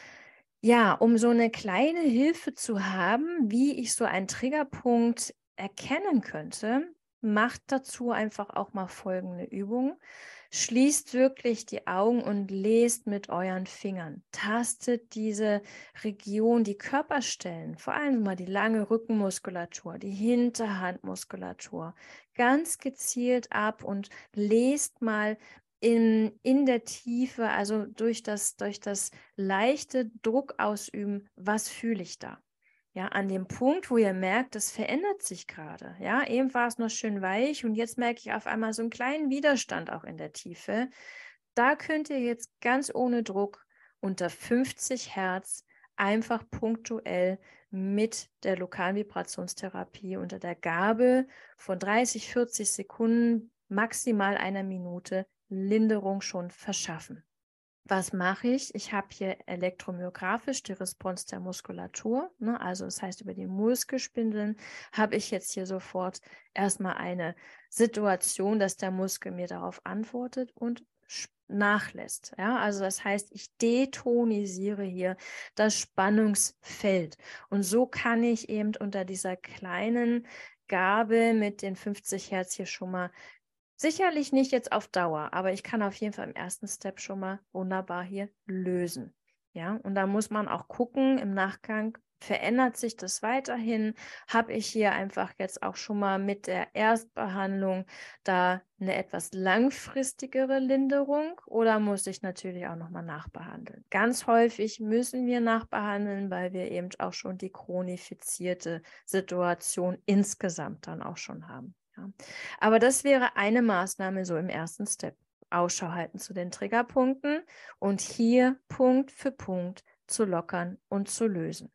Ja, um so eine kleine Hilfe zu haben, wie ich so einen Triggerpunkt erkennen könnte, macht dazu einfach auch mal folgende Übung. Schließt wirklich die Augen und lest mit euren Fingern. Tastet diese Region, die Körperstellen, vor allem mal die lange Rückenmuskulatur, die Hinterhandmuskulatur, ganz gezielt ab und lest mal in, in der Tiefe, also durch das, durch das leichte Druck ausüben, was fühle ich da? Ja, an dem Punkt, wo ihr merkt, das verändert sich gerade. Ja, eben war es noch schön weich und jetzt merke ich auf einmal so einen kleinen Widerstand auch in der Tiefe. Da könnt ihr jetzt ganz ohne Druck unter fünfzig Hertz einfach punktuell mit der lokalen Vibrationstherapie unter der Gabe von dreißig, vierzig Sekunden, maximal einer Minute Linderung schon verschaffen. Was mache ich? Ich habe hier elektromyografisch die Response der Muskulatur, ne? Also das heißt, über die Muskelspindeln habe ich jetzt hier sofort erstmal eine Situation, dass der Muskel mir darauf antwortet und nachlässt. Ja? Also das heißt, ich detonisiere hier das Spannungsfeld. Und so kann ich eben unter dieser kleinen Gabe mit den fünfzig Hertz hier schon mal sicherlich nicht jetzt auf Dauer, aber ich kann auf jeden Fall im ersten Step schon mal wunderbar hier lösen. Ja, und da muss man auch gucken im Nachgang, verändert sich das weiterhin? Habe ich hier einfach jetzt auch schon mal mit der Erstbehandlung da eine etwas langfristigere Linderung oder muss ich natürlich auch nochmal nachbehandeln? Ganz häufig müssen wir nachbehandeln, weil wir eben auch schon die chronifizierte Situation insgesamt dann auch schon haben. Ja. Aber das wäre eine Maßnahme so im ersten Step. Ausschau halten zu den Triggerpunkten und hier Punkt für Punkt zu lockern und zu lösen.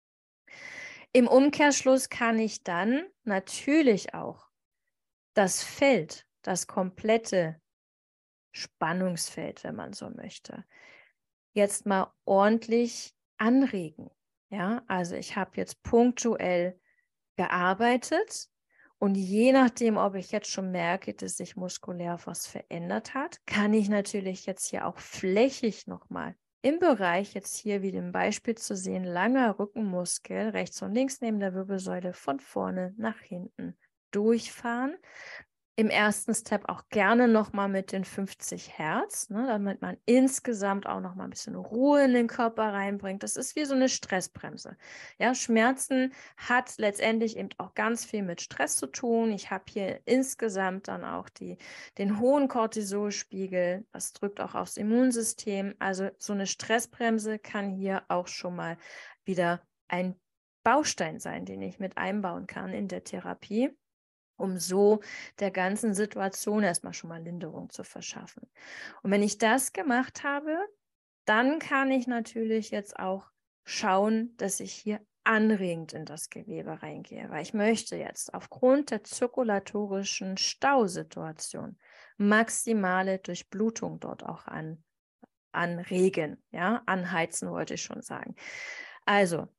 Im Umkehrschluss kann ich dann natürlich auch das Feld, das komplette Spannungsfeld, wenn man so möchte, jetzt mal ordentlich anregen. Ja, also ich habe jetzt punktuell gearbeitet. Und je nachdem, ob ich jetzt schon merke, dass sich muskulär was verändert hat, kann ich natürlich jetzt hier auch flächig nochmal im Bereich jetzt hier wie im Beispiel zu sehen, langer Rückenmuskel rechts und links neben der Wirbelsäule von vorne nach hinten durchfahren. Im ersten Step auch gerne nochmal mit den fünfzig Hertz, ne, damit man insgesamt auch nochmal ein bisschen Ruhe in den Körper reinbringt. Das ist wie so eine Stressbremse. Ja, Schmerzen hat letztendlich eben auch ganz viel mit Stress zu tun. Ich habe hier insgesamt dann auch die, den hohen Cortisolspiegel. Das drückt auch aufs Immunsystem. Also so eine Stressbremse kann hier auch schon mal wieder ein Baustein sein, den ich mit einbauen kann in der Therapie, um so der ganzen Situation erstmal schon mal Linderung zu verschaffen. Und wenn ich das gemacht habe, dann kann ich natürlich jetzt auch schauen, dass ich hier anregend in das Gewebe reingehe, weil ich möchte jetzt aufgrund der zirkulatorischen Stausituation maximale Durchblutung dort auch an, anregen, ja, anheizen wollte ich schon sagen. Also,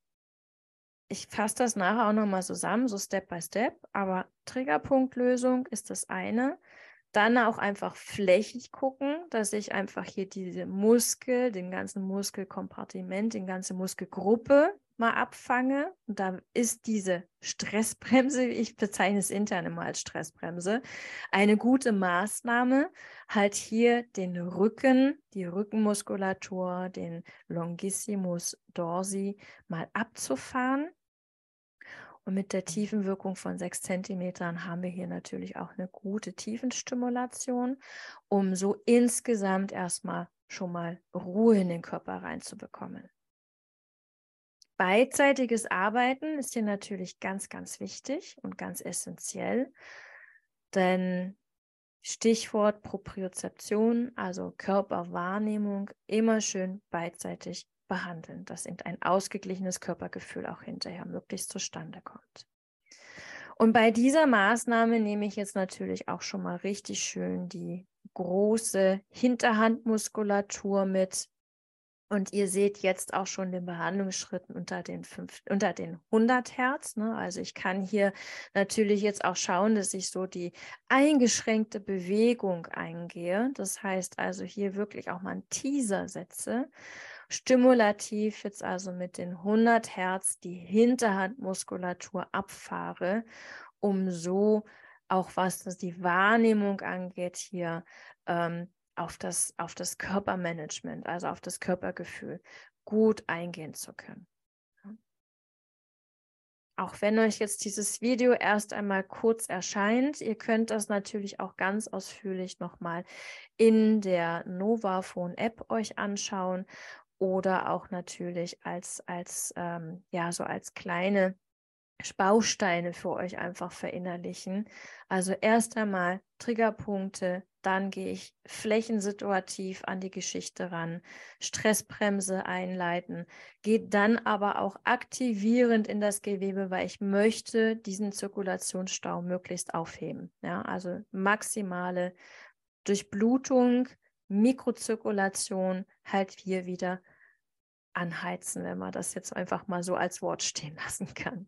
ich fasse das nachher auch nochmal zusammen, so Step by Step, aber Triggerpunktlösung ist das eine. Dann auch einfach flächig gucken, dass ich einfach hier diese Muskel, den ganzen Muskelkompartiment, die ganze Muskelgruppe mal abfange. Und da ist diese Stressbremse, ich bezeichne es intern immer als Stressbremse, eine gute Maßnahme, halt hier den Rücken, die Rückenmuskulatur, den Longissimus dorsi mal abzufahren. Und mit der Tiefenwirkung von sechs Zentimetern haben wir hier natürlich auch eine gute Tiefenstimulation, um so insgesamt erstmal schon mal Ruhe in den Körper reinzubekommen. Beidseitiges Arbeiten ist hier natürlich ganz, ganz wichtig und ganz essentiell, denn Stichwort Propriozeption, also Körperwahrnehmung, immer schön beidseitig behandeln, dass eben ein ausgeglichenes Körpergefühl auch hinterher möglichst zustande kommt. Und bei dieser Maßnahme nehme ich jetzt natürlich auch schon mal richtig schön die große Hinterhandmuskulatur mit. Und ihr seht jetzt auch schon den Behandlungsschritten unter den, fünf, unter den hundert Hertz. Ne? Also ich kann hier natürlich jetzt auch schauen, dass ich so die eingeschränkte Bewegung eingehe. Das heißt also hier wirklich auch mal einen Teaser setze. Stimulativ jetzt also mit den hundert Hertz die Hinterhandmuskulatur abfahre, um so auch was das die Wahrnehmung angeht hier ähm, auf das, auf das Körpermanagement, also auf das Körpergefühl, gut eingehen zu können. Auch wenn euch jetzt dieses Video erst einmal kurz erscheint, ihr könnt das natürlich auch ganz ausführlich nochmal in der Novafone App euch anschauen oder auch natürlich als, als, ähm, ja, so als kleine Bausteine für euch einfach verinnerlichen. Also erst einmal Triggerpunkte, dann gehe ich flächensituativ an die Geschichte ran, Stressbremse einleiten, gehe dann aber auch aktivierend in das Gewebe, weil ich möchte diesen Zirkulationsstau möglichst aufheben. Ja, also maximale Durchblutung, Mikrozirkulation halt hier wieder anheizen, wenn man das jetzt einfach mal so als Wort stehen lassen kann.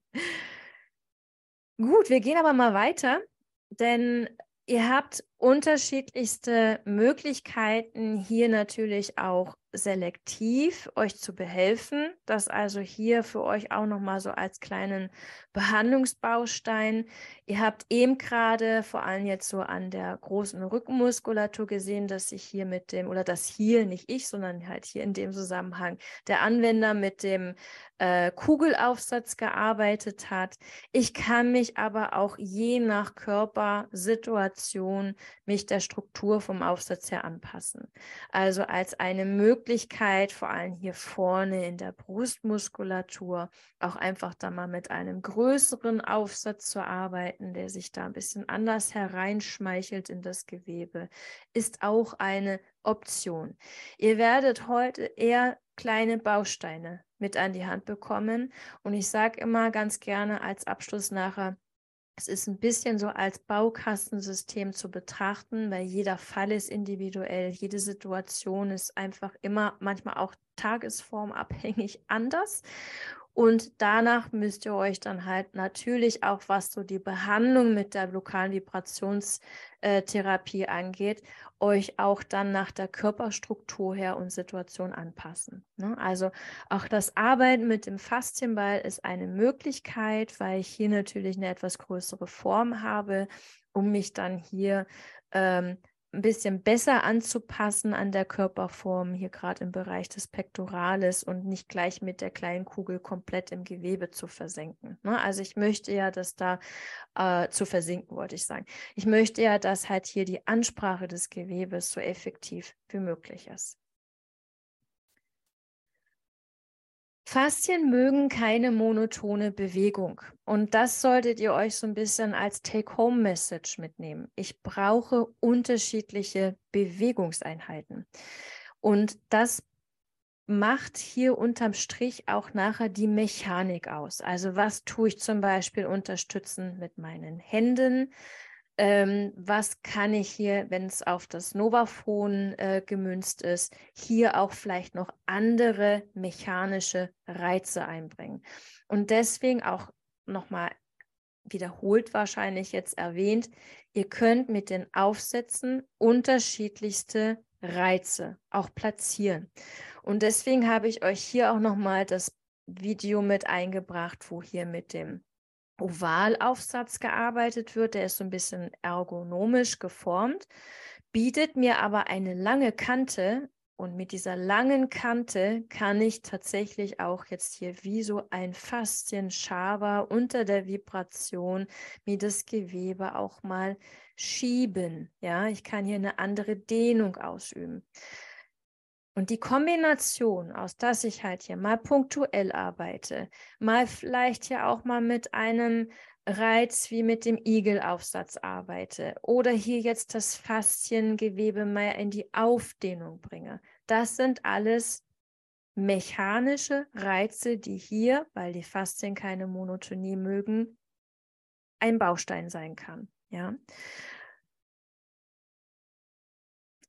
Gut, wir gehen aber mal weiter, denn ihr habt unterschiedlichste Möglichkeiten, hier natürlich auch selektiv euch zu behelfen. Das also hier für euch auch nochmal so als kleinen Behandlungsbaustein. Ihr habt eben gerade vor allem jetzt so an der großen Rückenmuskulatur gesehen, dass ich hier mit dem, oder dass hier, nicht ich, sondern halt hier in dem Zusammenhang der Anwender mit dem äh, Kugelaufsatz gearbeitet hat. Ich kann mich aber auch je nach Körpersituation mich der Struktur vom Aufsatz her anpassen. Also als eine Möglichkeit, vor allem hier vorne in der Brustmuskulatur, auch einfach da mal mit einem größeren Aufsatz zu arbeiten, der sich da ein bisschen anders hereinschmeichelt in das Gewebe, ist auch eine Option. Ihr werdet heute eher kleine Bausteine mit an die Hand bekommen und ich sage immer ganz gerne als Abschluss nachher, es ist ein bisschen so als Baukastensystem zu betrachten, weil jeder Fall ist individuell, jede Situation ist einfach immer manchmal auch tagesformabhängig anders. Und danach müsst ihr euch dann halt natürlich auch, was so die Behandlung mit der lokalen Vibrationstherapie angeht, euch auch dann nach der Körperstruktur her und Situation anpassen. Ne? Also auch das Arbeiten mit dem Faszienball ist eine Möglichkeit, weil ich hier natürlich eine etwas größere Form habe, um mich dann hier ähm, ein bisschen besser anzupassen an der Körperform, hier gerade im Bereich des Pectoralis und nicht gleich mit der kleinen Kugel komplett im Gewebe zu versenken. Ne? Also ich möchte ja, dass da äh, zu versinken, wollte ich sagen. Ich möchte ja, dass halt hier die Ansprache des Gewebes so effektiv wie möglich ist. Faszien mögen keine monotone Bewegung und das solltet ihr euch so ein bisschen als Take-Home-Message mitnehmen. Ich brauche unterschiedliche Bewegungseinheiten und das macht hier unterm Strich auch nachher die Mechanik aus. Also was tue ich zum Beispiel unterstützend mit meinen Händen? Ähm, was kann ich hier, wenn es auf das Novafone äh, gemünzt ist, hier auch vielleicht noch andere mechanische Reize einbringen. Und deswegen auch nochmal wiederholt wahrscheinlich jetzt erwähnt, ihr könnt mit den Aufsätzen unterschiedlichste Reize auch platzieren. Und deswegen habe ich euch hier auch nochmal das Video mit eingebracht, wo hier mit dem Ovalaufsatz gearbeitet wird, der ist so ein bisschen ergonomisch geformt, bietet mir aber eine lange Kante und mit dieser langen Kante kann ich tatsächlich auch jetzt hier wie so ein Faszienschaber unter der Vibration mir das Gewebe auch mal schieben. Ja, ich kann hier eine andere Dehnung ausüben. Und die Kombination aus, dass ich halt hier mal punktuell arbeite, mal vielleicht ja auch mal mit einem Reiz wie mit dem Igelaufsatz arbeite oder hier jetzt das Fasziengewebe mal in die Aufdehnung bringe. Das sind alles mechanische Reize, die hier, weil die Faszien keine Monotonie mögen, ein Baustein sein kann. Ja.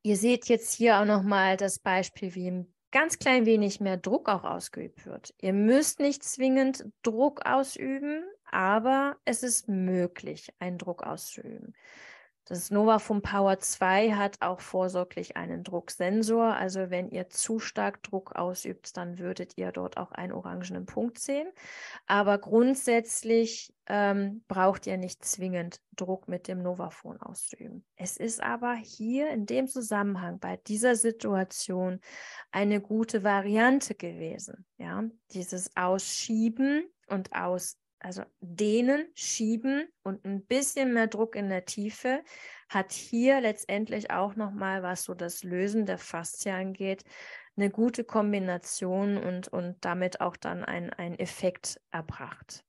Ihr seht jetzt hier auch nochmal das Beispiel, wie ein ganz klein wenig mehr Druck auch ausgeübt wird. Ihr müsst nicht zwingend Druck ausüben, aber es ist möglich, einen Druck auszuüben. Das Novafone Power zwei hat auch vorsorglich einen Drucksensor. Also wenn ihr zu stark Druck ausübt, dann würdet ihr dort auch einen orangenen Punkt sehen. Aber grundsätzlich ähm, braucht ihr nicht zwingend Druck mit dem Novafone auszuüben. Es ist aber hier in dem Zusammenhang bei dieser Situation eine gute Variante gewesen. Ja? Dieses Ausschieben und aus Also dehnen, schieben und ein bisschen mehr Druck in der Tiefe hat hier letztendlich auch nochmal, was so das Lösen der Faszie angeht, eine gute Kombination und, und damit auch dann einen Effekt erbracht.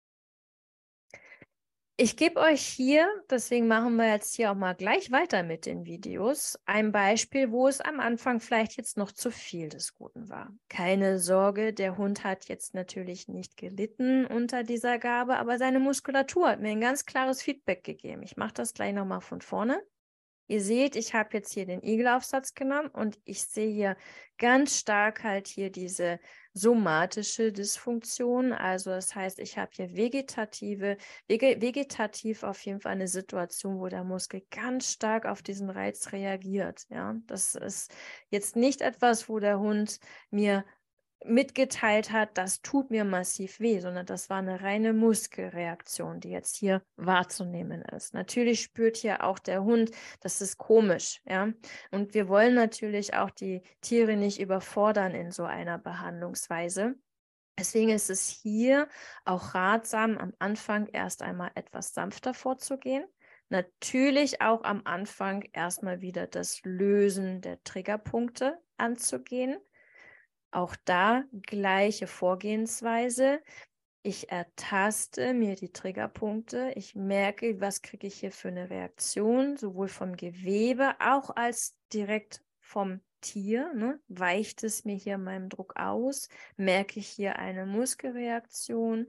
Ich gebe euch hier, deswegen machen wir jetzt hier auch mal gleich weiter mit den Videos, ein Beispiel, wo es am Anfang vielleicht jetzt noch zu viel des Guten war. Keine Sorge, der Hund hat jetzt natürlich nicht gelitten unter dieser Gabe, aber seine Muskulatur hat mir ein ganz klares Feedback gegeben. Ich mache das gleich nochmal von vorne. Ihr seht, ich habe jetzt hier den Igelaufsatz genommen und ich sehe hier ganz stark halt hier diese somatische Dysfunktion. Also das heißt, ich habe hier vegetative, vege, vegetativ auf jeden Fall eine Situation, wo der Muskel ganz stark auf diesen Reiz reagiert. Ja, das ist jetzt nicht etwas, wo der Hund mir mitgeteilt hat, das tut mir massiv weh, sondern das war eine reine Muskelreaktion, die jetzt hier wahrzunehmen ist. Natürlich spürt hier auch der Hund, das ist komisch, ja. Und wir wollen natürlich auch die Tiere nicht überfordern in so einer Behandlungsweise. Deswegen ist es hier auch ratsam, am Anfang erst einmal etwas sanfter vorzugehen. Natürlich auch am Anfang erstmal wieder das Lösen der Triggerpunkte anzugehen. Auch da gleiche Vorgehensweise. Ich ertaste mir die Triggerpunkte. Ich merke, was kriege ich hier für eine Reaktion, sowohl vom Gewebe, auch als direkt vom Tier. Ne? Weicht es mir hier meinem Druck aus? Merke ich hier eine Muskelreaktion?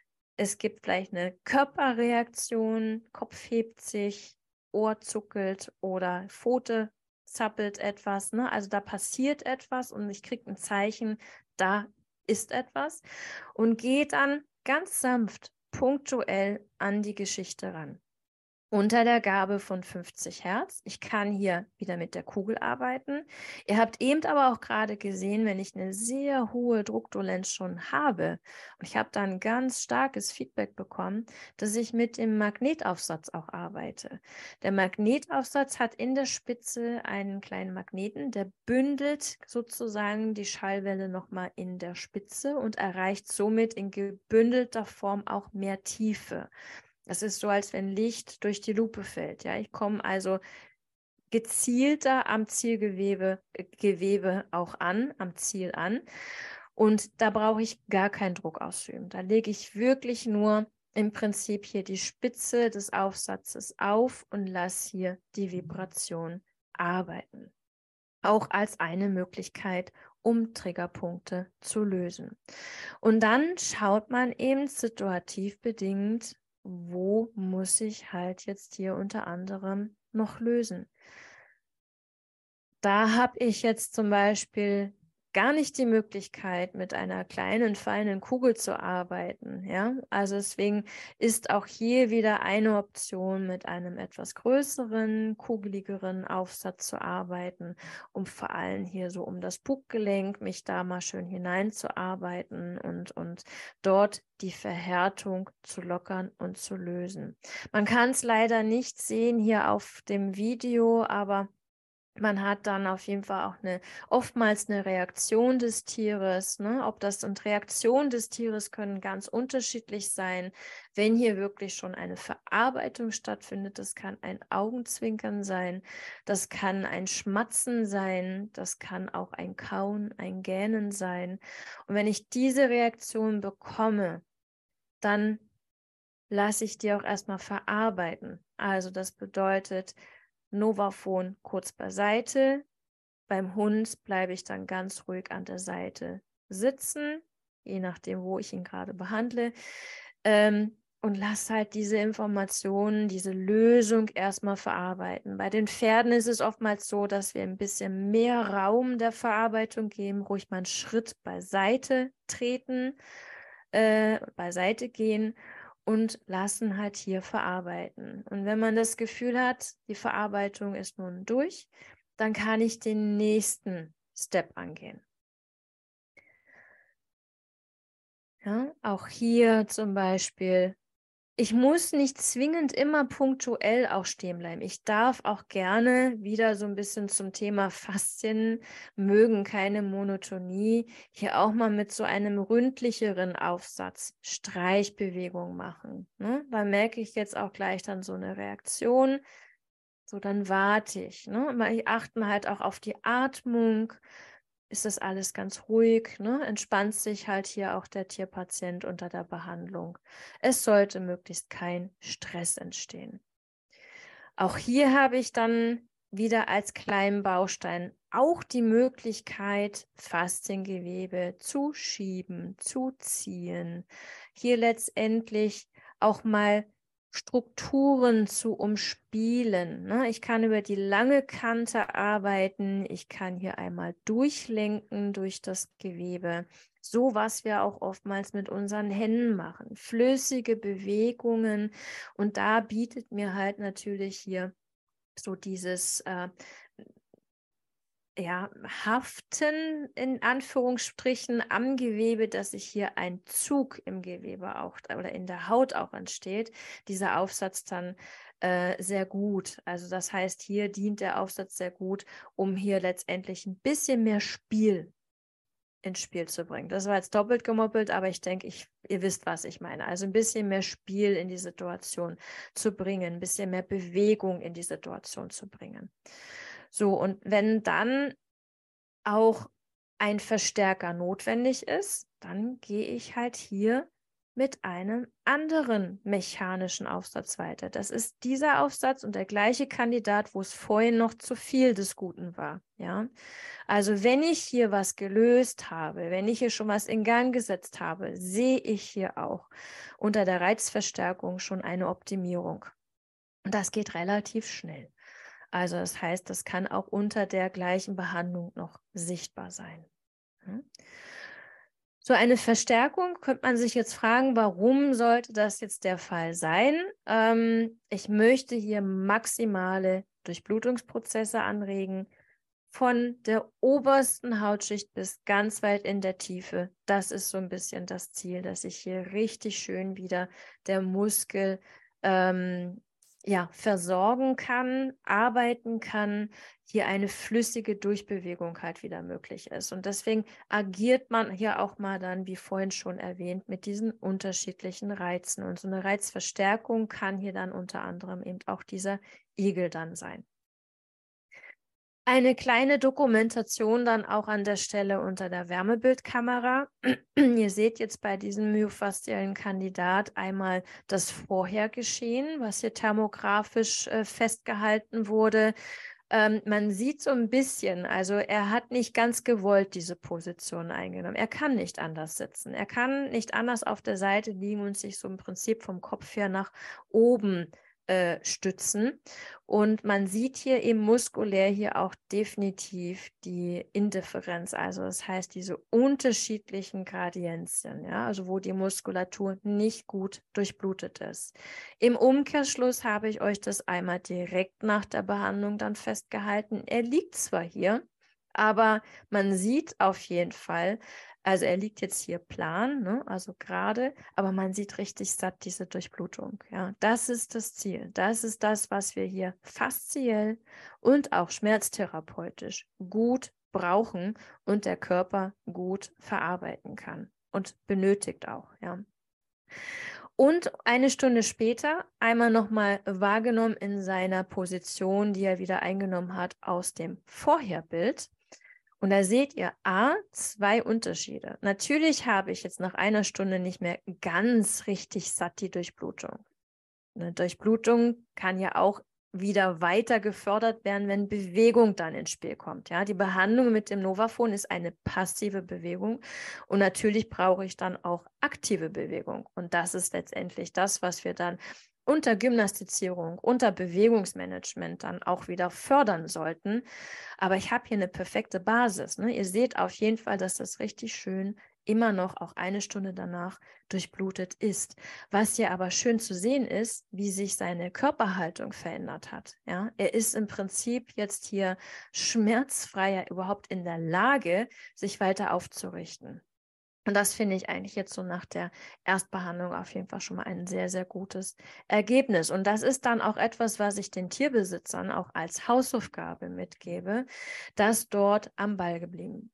Es gibt vielleicht eine Körperreaktion, Kopf hebt sich, Ohr zuckelt oder Pfote zappelt etwas, ne? Also da passiert etwas und ich kriege ein Zeichen, da ist etwas und gehe dann ganz sanft, punktuell an die Geschichte ran. Unter der Gabe von fünfzig Hertz. Ich kann hier wieder mit der Kugel arbeiten. Ihr habt eben aber auch gerade gesehen, wenn ich eine sehr hohe Druckdolenz schon habe und ich habe dann ganz starkes Feedback bekommen, dass ich mit dem Magnetaufsatz auch arbeite. Der Magnetaufsatz hat in der Spitze einen kleinen Magneten, der bündelt sozusagen die Schallwelle nochmal in der Spitze und erreicht somit in gebündelter Form auch mehr Tiefe. Das ist so, als wenn Licht durch die Lupe fällt. Ja? Ich komme also gezielter am Zielgewebe äh, Gewebe auch an, am Ziel an. Und da brauche ich gar keinen Druck ausüben. Da lege ich wirklich nur im Prinzip hier die Spitze des Aufsatzes auf und lasse hier die Vibration arbeiten. Auch als eine Möglichkeit, um Triggerpunkte zu lösen. Und dann schaut man eben situativ bedingt, wo muss ich halt jetzt hier unter anderem noch lösen. Da habe ich jetzt zum Beispiel gar nicht die Möglichkeit, mit einer kleinen, feinen Kugel zu arbeiten. Ja? Also deswegen ist auch hier wieder eine Option, mit einem etwas größeren, kugeligeren Aufsatz zu arbeiten, um vor allem hier so um das Buggelenk mich da mal schön hineinzuarbeiten und, und dort die Verhärtung zu lockern und zu lösen. Man kann es leider nicht sehen hier auf dem Video, aber man hat dann auf jeden Fall auch eine, oftmals eine Reaktion des Tieres, ne? Ob das und Reaktionen des Tieres können ganz unterschiedlich sein. Wenn hier wirklich schon eine Verarbeitung stattfindet, das kann ein Augenzwinkern sein, das kann ein Schmatzen sein, das kann auch ein Kauen, ein Gähnen sein. Und wenn ich diese Reaktion bekomme, dann lasse ich die auch erstmal verarbeiten. Also das bedeutet, Novafone kurz beiseite. Beim Hund bleibe ich dann ganz ruhig an der Seite sitzen, je nachdem, wo ich ihn gerade behandle. Ähm, und lass halt diese Informationen, diese Lösung erstmal verarbeiten. Bei den Pferden ist es oftmals so, dass wir ein bisschen mehr Raum der Verarbeitung geben, ruhig mal einen Schritt beiseite treten, äh, beiseite gehen und lassen halt hier verarbeiten. Und wenn man das Gefühl hat, die Verarbeitung ist nun durch, dann kann ich den nächsten Step angehen. Ja, auch hier zum Beispiel, ich muss nicht zwingend immer punktuell auch stehen bleiben. Ich darf auch gerne wieder so ein bisschen zum Thema Faszien, mögen keine Monotonie, hier auch mal mit so einem ründlicheren Aufsatz Streichbewegung machen. Ne? Da merke ich jetzt auch gleich dann so eine Reaktion. So, dann warte ich. Ne? Wir achten halt auch auf die Atmung. Ist das alles ganz ruhig, ne? Entspannt sich halt hier auch der Tierpatient unter der Behandlung. Es sollte möglichst kein Stress entstehen. Auch hier habe ich dann wieder als kleinen Baustein auch die Möglichkeit, Fasziengewebe zu schieben, zu ziehen. Hier letztendlich auch mal Strukturen zu umspielen. Ne? Ich kann über die lange Kante arbeiten, ich kann hier einmal durchlenken durch das Gewebe, so was wir auch oftmals mit unseren Händen machen, flüssige Bewegungen, und da bietet mir halt natürlich hier so dieses äh, ja, Haften in Anführungsstrichen am Gewebe, dass sich hier ein Zug im Gewebe auch oder in der Haut auch entsteht, dieser Aufsatz dann äh, sehr gut. Also das heißt, hier dient der Aufsatz sehr gut, um hier letztendlich ein bisschen mehr Spiel ins Spiel zu bringen. Das war jetzt doppelt gemoppelt, aber ich denke, ich, ihr wisst, was ich meine. Also ein bisschen mehr Spiel in die Situation zu bringen, ein bisschen mehr Bewegung in die Situation zu bringen. So, und wenn dann auch ein Verstärker notwendig ist, dann gehe ich halt hier mit einem anderen mechanischen Aufsatz weiter. Das ist dieser Aufsatz und der gleiche Kandidat, wo es vorhin noch zu viel des Guten war. Ja? Also wenn ich hier was gelöst habe, wenn ich hier schon was in Gang gesetzt habe, sehe ich hier auch unter der Reizverstärkung schon eine Optimierung. Und das geht relativ schnell. Also das heißt, das kann auch unter der gleichen Behandlung noch sichtbar sein. So eine Verstärkung könnte man sich jetzt fragen, warum sollte das jetzt der Fall sein? Ähm, ich möchte hier maximale Durchblutungsprozesse anregen, von der obersten Hautschicht bis ganz weit in der Tiefe. Das ist so ein bisschen das Ziel, dass ich hier richtig schön wieder der Muskel ähm, ja, versorgen kann, arbeiten kann, hier eine flüssige Durchbewegung halt wieder möglich ist. Und deswegen agiert man hier auch mal dann, wie vorhin schon erwähnt, mit diesen unterschiedlichen Reizen. Und so eine Reizverstärkung kann hier dann unter anderem eben auch dieser Igel dann sein. Eine kleine Dokumentation dann auch an der Stelle unter der Wärmebildkamera. Ihr seht jetzt bei diesem myofaszialen Kandidat einmal das Vorhergeschehen, was hier thermografisch äh, festgehalten wurde. Ähm, man sieht so ein bisschen, also er hat nicht ganz gewollt diese Position eingenommen. Er kann nicht anders sitzen. Er kann nicht anders auf der Seite liegen und sich so im Prinzip vom Kopf her nach oben Äh, stützen. Und man sieht hier eben muskulär hier auch definitiv die Indifferenz, also das heißt diese unterschiedlichen Gradienzien, ja, also wo die Muskulatur nicht gut durchblutet ist. Im Umkehrschluss habe ich euch das einmal direkt nach der Behandlung dann festgehalten. Er liegt zwar hier, aber man sieht auf jeden Fall, also er liegt jetzt hier plan, ne, also gerade, aber man sieht richtig satt diese Durchblutung. Ja, das ist das Ziel. Das ist das, was wir hier fasziell und auch schmerztherapeutisch gut brauchen und der Körper gut verarbeiten kann und benötigt auch. Ja. Und eine Stunde später einmal nochmal wahrgenommen in seiner Position, die er wieder eingenommen hat aus dem Vorherbild. Und da seht ihr A, zwei Unterschiede. Natürlich habe ich jetzt nach einer Stunde nicht mehr ganz richtig satt die Durchblutung. Eine Durchblutung kann ja auch wieder weiter gefördert werden, wenn Bewegung dann ins Spiel kommt. Ja, die Behandlung mit dem Novafon ist eine passive Bewegung und natürlich brauche ich dann auch aktive Bewegung. Und das ist letztendlich das, was wir dann unter Gymnastizierung, unter Bewegungsmanagement dann auch wieder fördern sollten. Aber ich habe hier eine perfekte Basis. Ne? Ihr seht auf jeden Fall, dass das richtig schön immer noch auch eine Stunde danach durchblutet ist. Was hier aber schön zu sehen ist, wie sich seine Körperhaltung verändert hat. Ja? Er ist im Prinzip jetzt hier schmerzfreier überhaupt in der Lage, sich weiter aufzurichten. Und das finde ich eigentlich jetzt so nach der Erstbehandlung auf jeden Fall schon mal ein sehr, sehr gutes Ergebnis. Und das ist dann auch etwas, was ich den Tierbesitzern auch als Hausaufgabe mitgebe, dass dort am Ball geblieben,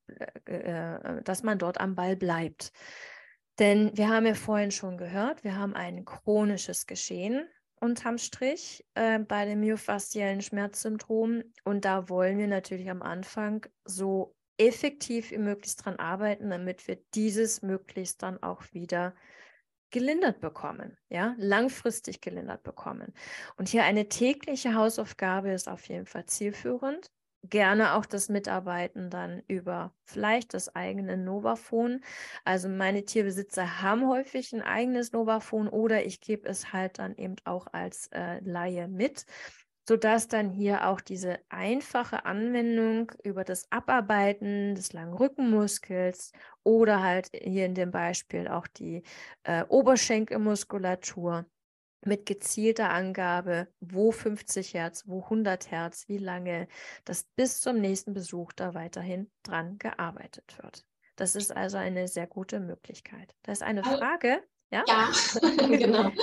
äh, dass man dort am Ball bleibt. Denn wir haben ja vorhin schon gehört, wir haben ein chronisches Geschehen unterm Strich äh, bei dem myofasziellen Schmerzsyndrom. Und da wollen wir natürlich am Anfang so effektiv wie möglich dran arbeiten, damit wir dieses möglichst dann auch wieder gelindert bekommen, ja, langfristig gelindert bekommen. Und hier eine tägliche Hausaufgabe ist auf jeden Fall zielführend. Gerne auch das Mitarbeiten dann über vielleicht das eigene Novafon. Also meine Tierbesitzer haben häufig ein eigenes Novafon oder ich gebe es halt dann eben auch als äh, Laie mit, sodass dann hier auch diese einfache Anwendung über das Abarbeiten des langen Rückenmuskels oder halt hier in dem Beispiel auch die äh, Oberschenkelmuskulatur mit gezielter Angabe, wo fünfzig Hertz, wo hundert Hertz, wie lange, dass bis zum nächsten Besuch da weiterhin dran gearbeitet wird. Das ist also eine sehr gute Möglichkeit. Da ist eine Frage. Ja, ja genau.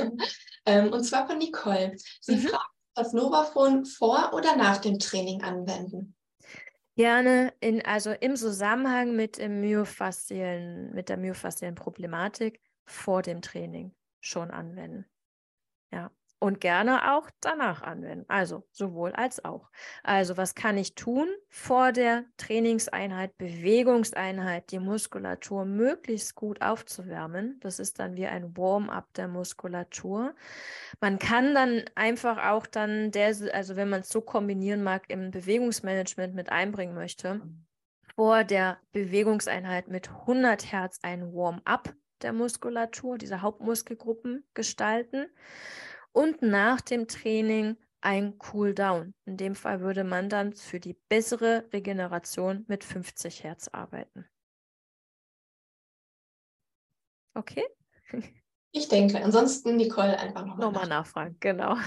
ähm, und zwar von Nicole. Sie mhm. fragt, das Novafon vor oder nach dem Training anwenden? Gerne in, also im Zusammenhang mit, dem myofasziellen, mit der myofasziellen Problematik vor dem Training schon anwenden. Ja. Und gerne auch danach anwenden. Also sowohl als auch. Also was kann ich tun vor der Trainingseinheit, Bewegungseinheit, die Muskulatur möglichst gut aufzuwärmen? Das ist dann wie ein Warm-up der Muskulatur. Man kann dann einfach auch dann, der, also wenn man es so kombinieren mag, im Bewegungsmanagement mit einbringen möchte, vor der Bewegungseinheit mit hundert Hertz ein Warm-up der Muskulatur, dieser Hauptmuskelgruppen gestalten und nach dem Training ein Cool-Down. In dem Fall würde man dann für die bessere Regeneration mit fünfzig Hertz arbeiten. Okay? Ich denke, ansonsten Nicole einfach nochmal Nochmal nachfragen, genau.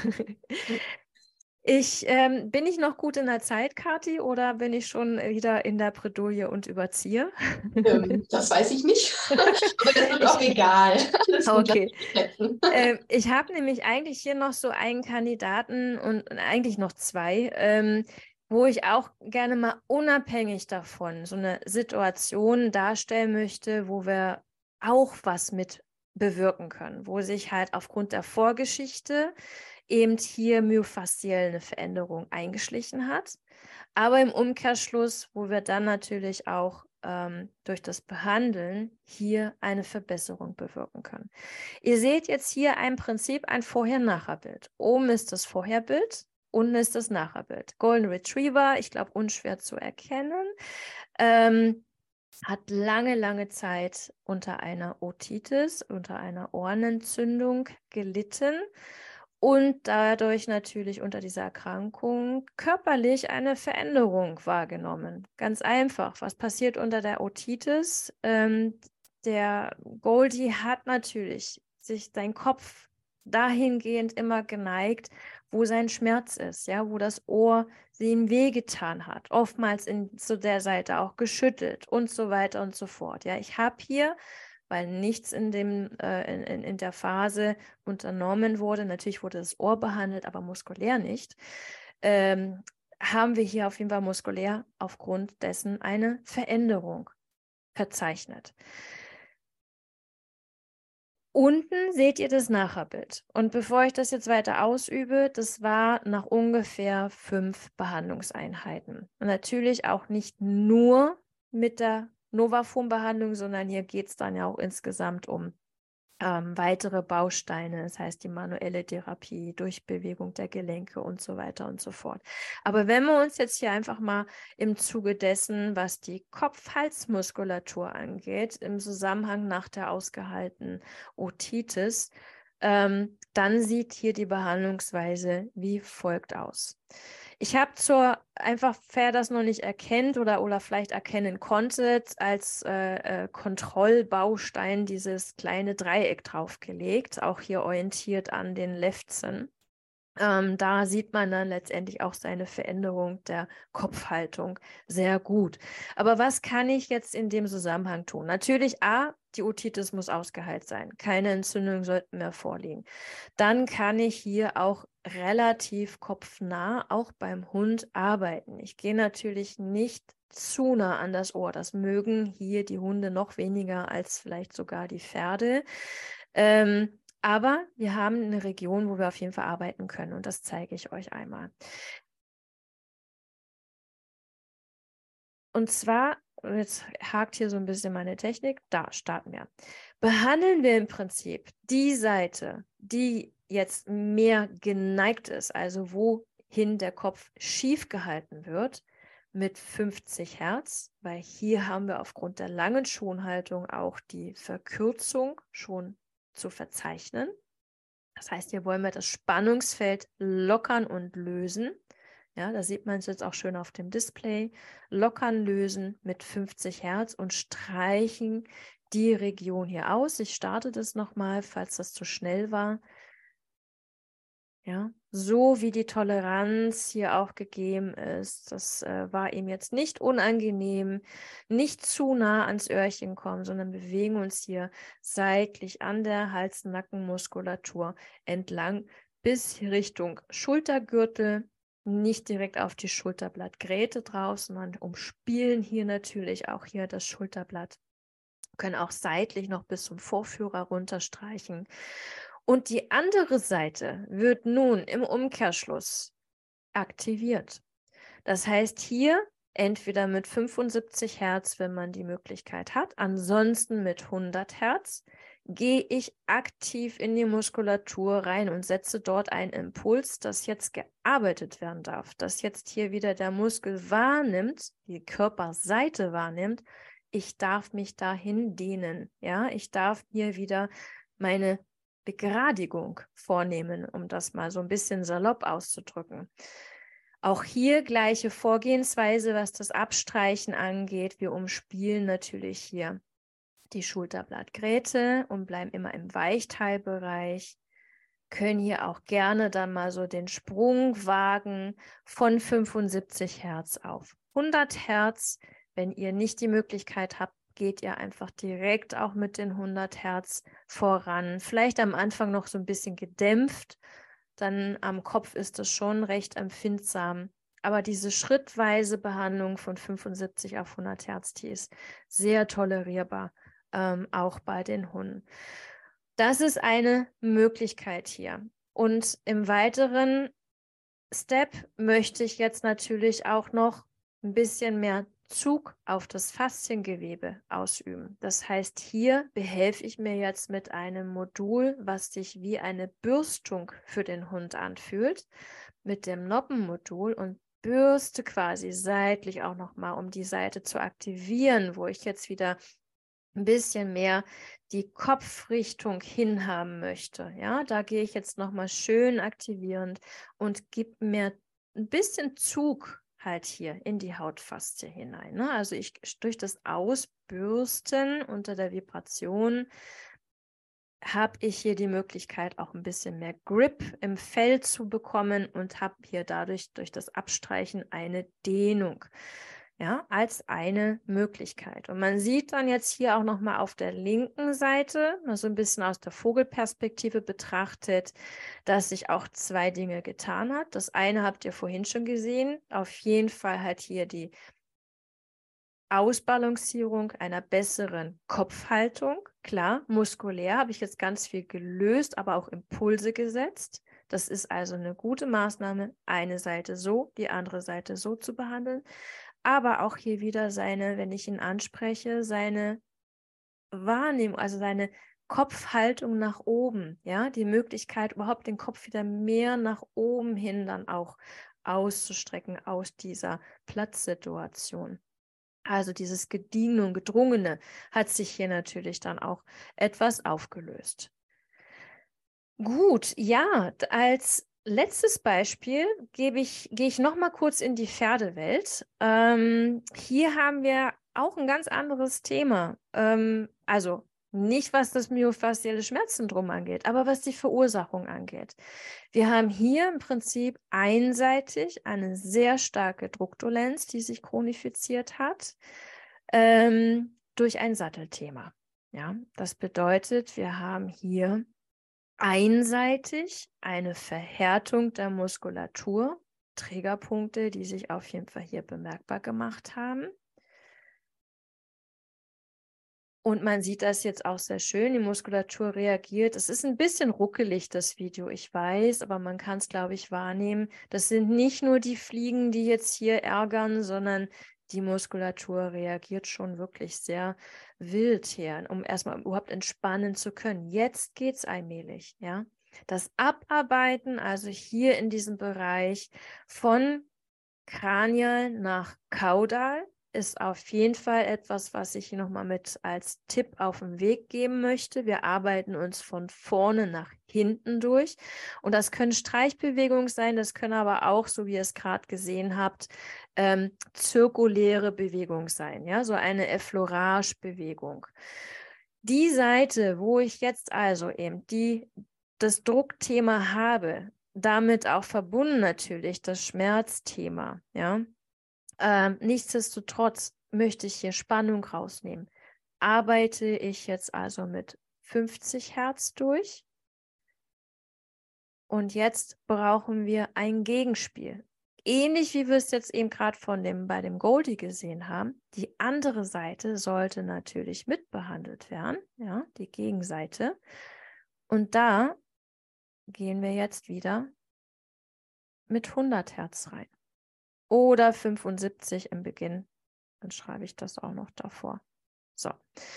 Ich, ähm, bin ich noch gut in der Zeit, Kathi, oder bin ich schon wieder in der Bredouille und überziehe? Ähm, das weiß ich nicht, aber das ist auch egal. Das okay. Ähm, ich habe nämlich eigentlich hier noch so einen Kandidaten und, und eigentlich noch zwei, ähm, wo ich auch gerne mal unabhängig davon so eine Situation darstellen möchte, wo wir auch was mit bewirken können, wo sich halt aufgrund der Vorgeschichte eben hier myofasziell eine Veränderung eingeschlichen hat. Aber im Umkehrschluss, wo wir dann natürlich auch ähm, durch das Behandeln hier eine Verbesserung bewirken können. Ihr seht jetzt hier ein Prinzip, ein Vorher-Nachher-Bild. Oben ist das Vorherbild, unten ist das Nachherbild. Golden Retriever, ich glaube unschwer zu erkennen, ähm, hat lange, lange Zeit unter einer Otitis, unter einer Ohrenentzündung gelitten und dadurch natürlich unter dieser Erkrankung körperlich eine Veränderung wahrgenommen. Ganz einfach. Was passiert unter der Otitis? Ähm, der Goldie hat natürlich sich sein Kopf dahingehend immer geneigt, wo sein Schmerz ist, ja, wo das Ohr sie ihm wehgetan hat, oftmals in, zu der Seite auch geschüttelt und so weiter und so fort. Ja, ich habe hier, weil nichts in, dem, äh, in, in, in der Phase unternommen wurde, natürlich wurde das Ohr behandelt, aber muskulär nicht, ähm, haben wir hier auf jeden Fall muskulär aufgrund dessen eine Veränderung verzeichnet. Unten seht ihr das Nachherbild. Und bevor ich das jetzt weiter ausübe, das war nach ungefähr fünf Behandlungseinheiten. Und natürlich auch nicht nur mit der Novafon-Behandlung, sondern hier geht es dann ja auch insgesamt um Ähm, weitere Bausteine, das heißt die manuelle Therapie, Durchbewegung der Gelenke und so weiter und so fort. Aber wenn wir uns jetzt hier einfach mal im Zuge dessen, was die Kopf-Hals-Muskulatur angeht, im Zusammenhang nach der ausgehaltenen Otitis, ähm, dann sieht hier die Behandlungsweise wie folgt aus. Ich habe zur, einfach wer das noch nicht erkennt oder, oder vielleicht erkennen konnte, als äh, äh, Kontrollbaustein dieses kleine Dreieck draufgelegt, auch hier orientiert an den Lefzen. Ähm, da sieht man dann letztendlich auch seine Veränderung der Kopfhaltung sehr gut. Aber was kann ich jetzt in dem Zusammenhang tun? Natürlich, A, die Otitis muss ausgeheilt sein. Keine Entzündungen sollten mehr vorliegen. Dann kann ich hier auch relativ kopfnah auch beim Hund arbeiten. Ich gehe natürlich nicht zu nah an das Ohr. Das mögen hier die Hunde noch weniger als vielleicht sogar die Pferde. Ähm, aber wir haben eine Region, wo wir auf jeden Fall arbeiten können und das zeige ich euch einmal. Und zwar, jetzt hakt hier so ein bisschen meine Technik, da starten wir. Behandeln wir im Prinzip die Seite, die jetzt mehr geneigt ist, also wohin der Kopf schief gehalten wird, mit fünfzig Hertz, weil hier haben wir aufgrund der langen Schonhaltung auch die Verkürzung schon zu verzeichnen. Das heißt, hier wollen wir das Spannungsfeld lockern und lösen. Ja, da sieht man es jetzt auch schön auf dem Display. Lockern, lösen mit fünfzig Hertz und streichen die Region hier aus. Ich starte das nochmal, falls das zu schnell war. Ja, so wie die Toleranz hier auch gegeben ist. Das äh, war ihm jetzt nicht unangenehm, nicht zu nah ans Öhrchen kommen, sondern bewegen uns hier seitlich an der Hals-Nacken-Muskulatur entlang bis Richtung Schultergürtel, nicht direkt auf die Schulterblattgräte drauf, sondern umspielen hier natürlich auch hier das Schulterblatt. Können auch seitlich noch bis zum Vorführer runterstreichen. Und die andere Seite wird nun im Umkehrschluss aktiviert. Das heißt, hier entweder mit fünfundsiebzig Hertz, wenn man die Möglichkeit hat, ansonsten mit hundert Hertz, gehe ich aktiv in die Muskulatur rein und setze dort einen Impuls, dass jetzt gearbeitet werden darf, dass jetzt hier wieder der Muskel wahrnimmt, die Körperseite wahrnimmt, ich darf mich dahin dehnen, ja, ich darf hier wieder meine Begradigung vornehmen, um das mal so ein bisschen salopp auszudrücken. Auch hier gleiche Vorgehensweise, was das Abstreichen angeht. Wir umspielen natürlich hier die Schulterblattgräte und bleiben immer im Weichteilbereich. Können hier auch gerne dann mal so den Sprung wagen von fünfundsiebzig Hertz auf hundert Hertz. Wenn ihr nicht die Möglichkeit habt, geht ihr einfach direkt auch mit den hundert Hertz voran. Vielleicht am Anfang noch so ein bisschen gedämpft, dann am Kopf ist es schon recht empfindsam. Aber diese schrittweise Behandlung von fünfundsiebzig auf hundert Hertz, die ist sehr tolerierbar, ähm, auch bei den Hunden. Das ist eine Möglichkeit hier. Und im weiteren Step möchte ich jetzt natürlich auch noch ein bisschen mehr Zug auf das Fasziengewebe ausüben. Das heißt, hier behelfe ich mir jetzt mit einem Modul, was sich wie eine Bürstung für den Hund anfühlt, mit dem Noppenmodul und bürste quasi seitlich auch nochmal, um die Seite zu aktivieren, wo ich jetzt wieder ein bisschen mehr die Kopfrichtung hinhaben möchte. Ja, da gehe ich jetzt nochmal schön aktivierend und gebe mir ein bisschen Zug halt hier in die Hautfaszie hinein. Ne? Also ich durch das Ausbürsten unter der Vibration habe ich hier die Möglichkeit, auch ein bisschen mehr Grip im Fell zu bekommen und habe hier dadurch durch das Abstreichen eine Dehnung. Ja, als eine Möglichkeit. Und man sieht dann jetzt hier auch nochmal auf der linken Seite, mal so ein bisschen aus der Vogelperspektive betrachtet, dass sich auch zwei Dinge getan hat. Das eine habt ihr vorhin schon gesehen, auf jeden Fall halt hier die Ausbalancierung einer besseren Kopfhaltung. Klar, muskulär habe ich jetzt ganz viel gelöst, aber auch Impulse gesetzt. Das ist also eine gute Maßnahme, eine Seite so, die andere Seite so zu behandeln. Aber auch hier wieder seine, wenn ich ihn anspreche, seine Wahrnehmung, also seine Kopfhaltung nach oben, ja, die Möglichkeit, überhaupt den Kopf wieder mehr nach oben hin dann auch auszustrecken aus dieser Platzsituation. Also dieses Gediegene und Gedrungene hat sich hier natürlich dann auch etwas aufgelöst. Gut, ja, als letztes Beispiel gebe ich, gehe ich noch mal kurz in die Pferdewelt. Ähm, hier haben wir auch ein ganz anderes Thema. Ähm, also nicht, was das myofasziale Schmerzsyndrom angeht, aber was die Verursachung angeht. Wir haben hier im Prinzip einseitig eine sehr starke Druckdolenz, die sich chronifiziert hat, ähm, durch ein Sattelthema. Ja, das bedeutet, wir haben hier einseitig eine Verhärtung der Muskulatur, Triggerpunkte, die sich auf jeden Fall hier bemerkbar gemacht haben. Und man sieht das jetzt auch sehr schön, die Muskulatur reagiert. Es ist ein bisschen ruckelig, das Video, ich weiß, aber man kann es, glaube ich, wahrnehmen. Das sind nicht nur die Fliegen, die jetzt hier ärgern, sondern die Muskulatur reagiert schon wirklich sehr wild hier, um erstmal überhaupt entspannen zu können. Jetzt geht es allmählich, ja. Das Abarbeiten, also hier in diesem Bereich von Kranial nach Kaudal, ist auf jeden Fall etwas, was ich hier nochmal mit als Tipp auf den Weg geben möchte. Wir arbeiten uns von vorne nach hinten durch. Und das können Streichbewegungen sein, das können aber auch, so wie ihr es gerade gesehen habt, ähm, zirkuläre Bewegungen sein. Ja? So eine Effleurage-Bewegung. Die Seite, wo ich jetzt also eben die, das Druckthema habe, damit auch verbunden natürlich das Schmerzthema, ja. Ähm, nichtsdestotrotz möchte ich hier Spannung rausnehmen. Arbeite ich jetzt also mit fünfzig Hertz durch. Und jetzt brauchen wir ein Gegenspiel. Ähnlich wie wir es jetzt eben gerade von dem, bei dem Goldie gesehen haben. Die andere Seite sollte natürlich mitbehandelt werden, ja, die Gegenseite. Und da gehen wir jetzt wieder mit hundert Hertz rein. Oder fünfundsiebzig im Beginn. Dann schreibe ich das auch noch davor. So.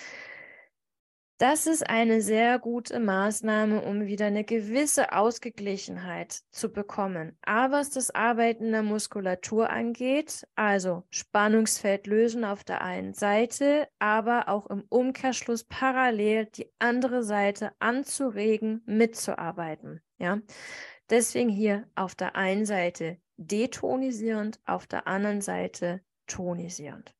Das ist eine sehr gute Maßnahme, um wieder eine gewisse Ausgeglichenheit zu bekommen. Aber was das Arbeiten der Muskulatur angeht, also Spannungsfeld lösen auf der einen Seite, aber auch im Umkehrschluss parallel die andere Seite anzuregen, mitzuarbeiten. Ja? Deswegen hier auf der einen Seite detonisierend, auf der anderen Seite tonisierend.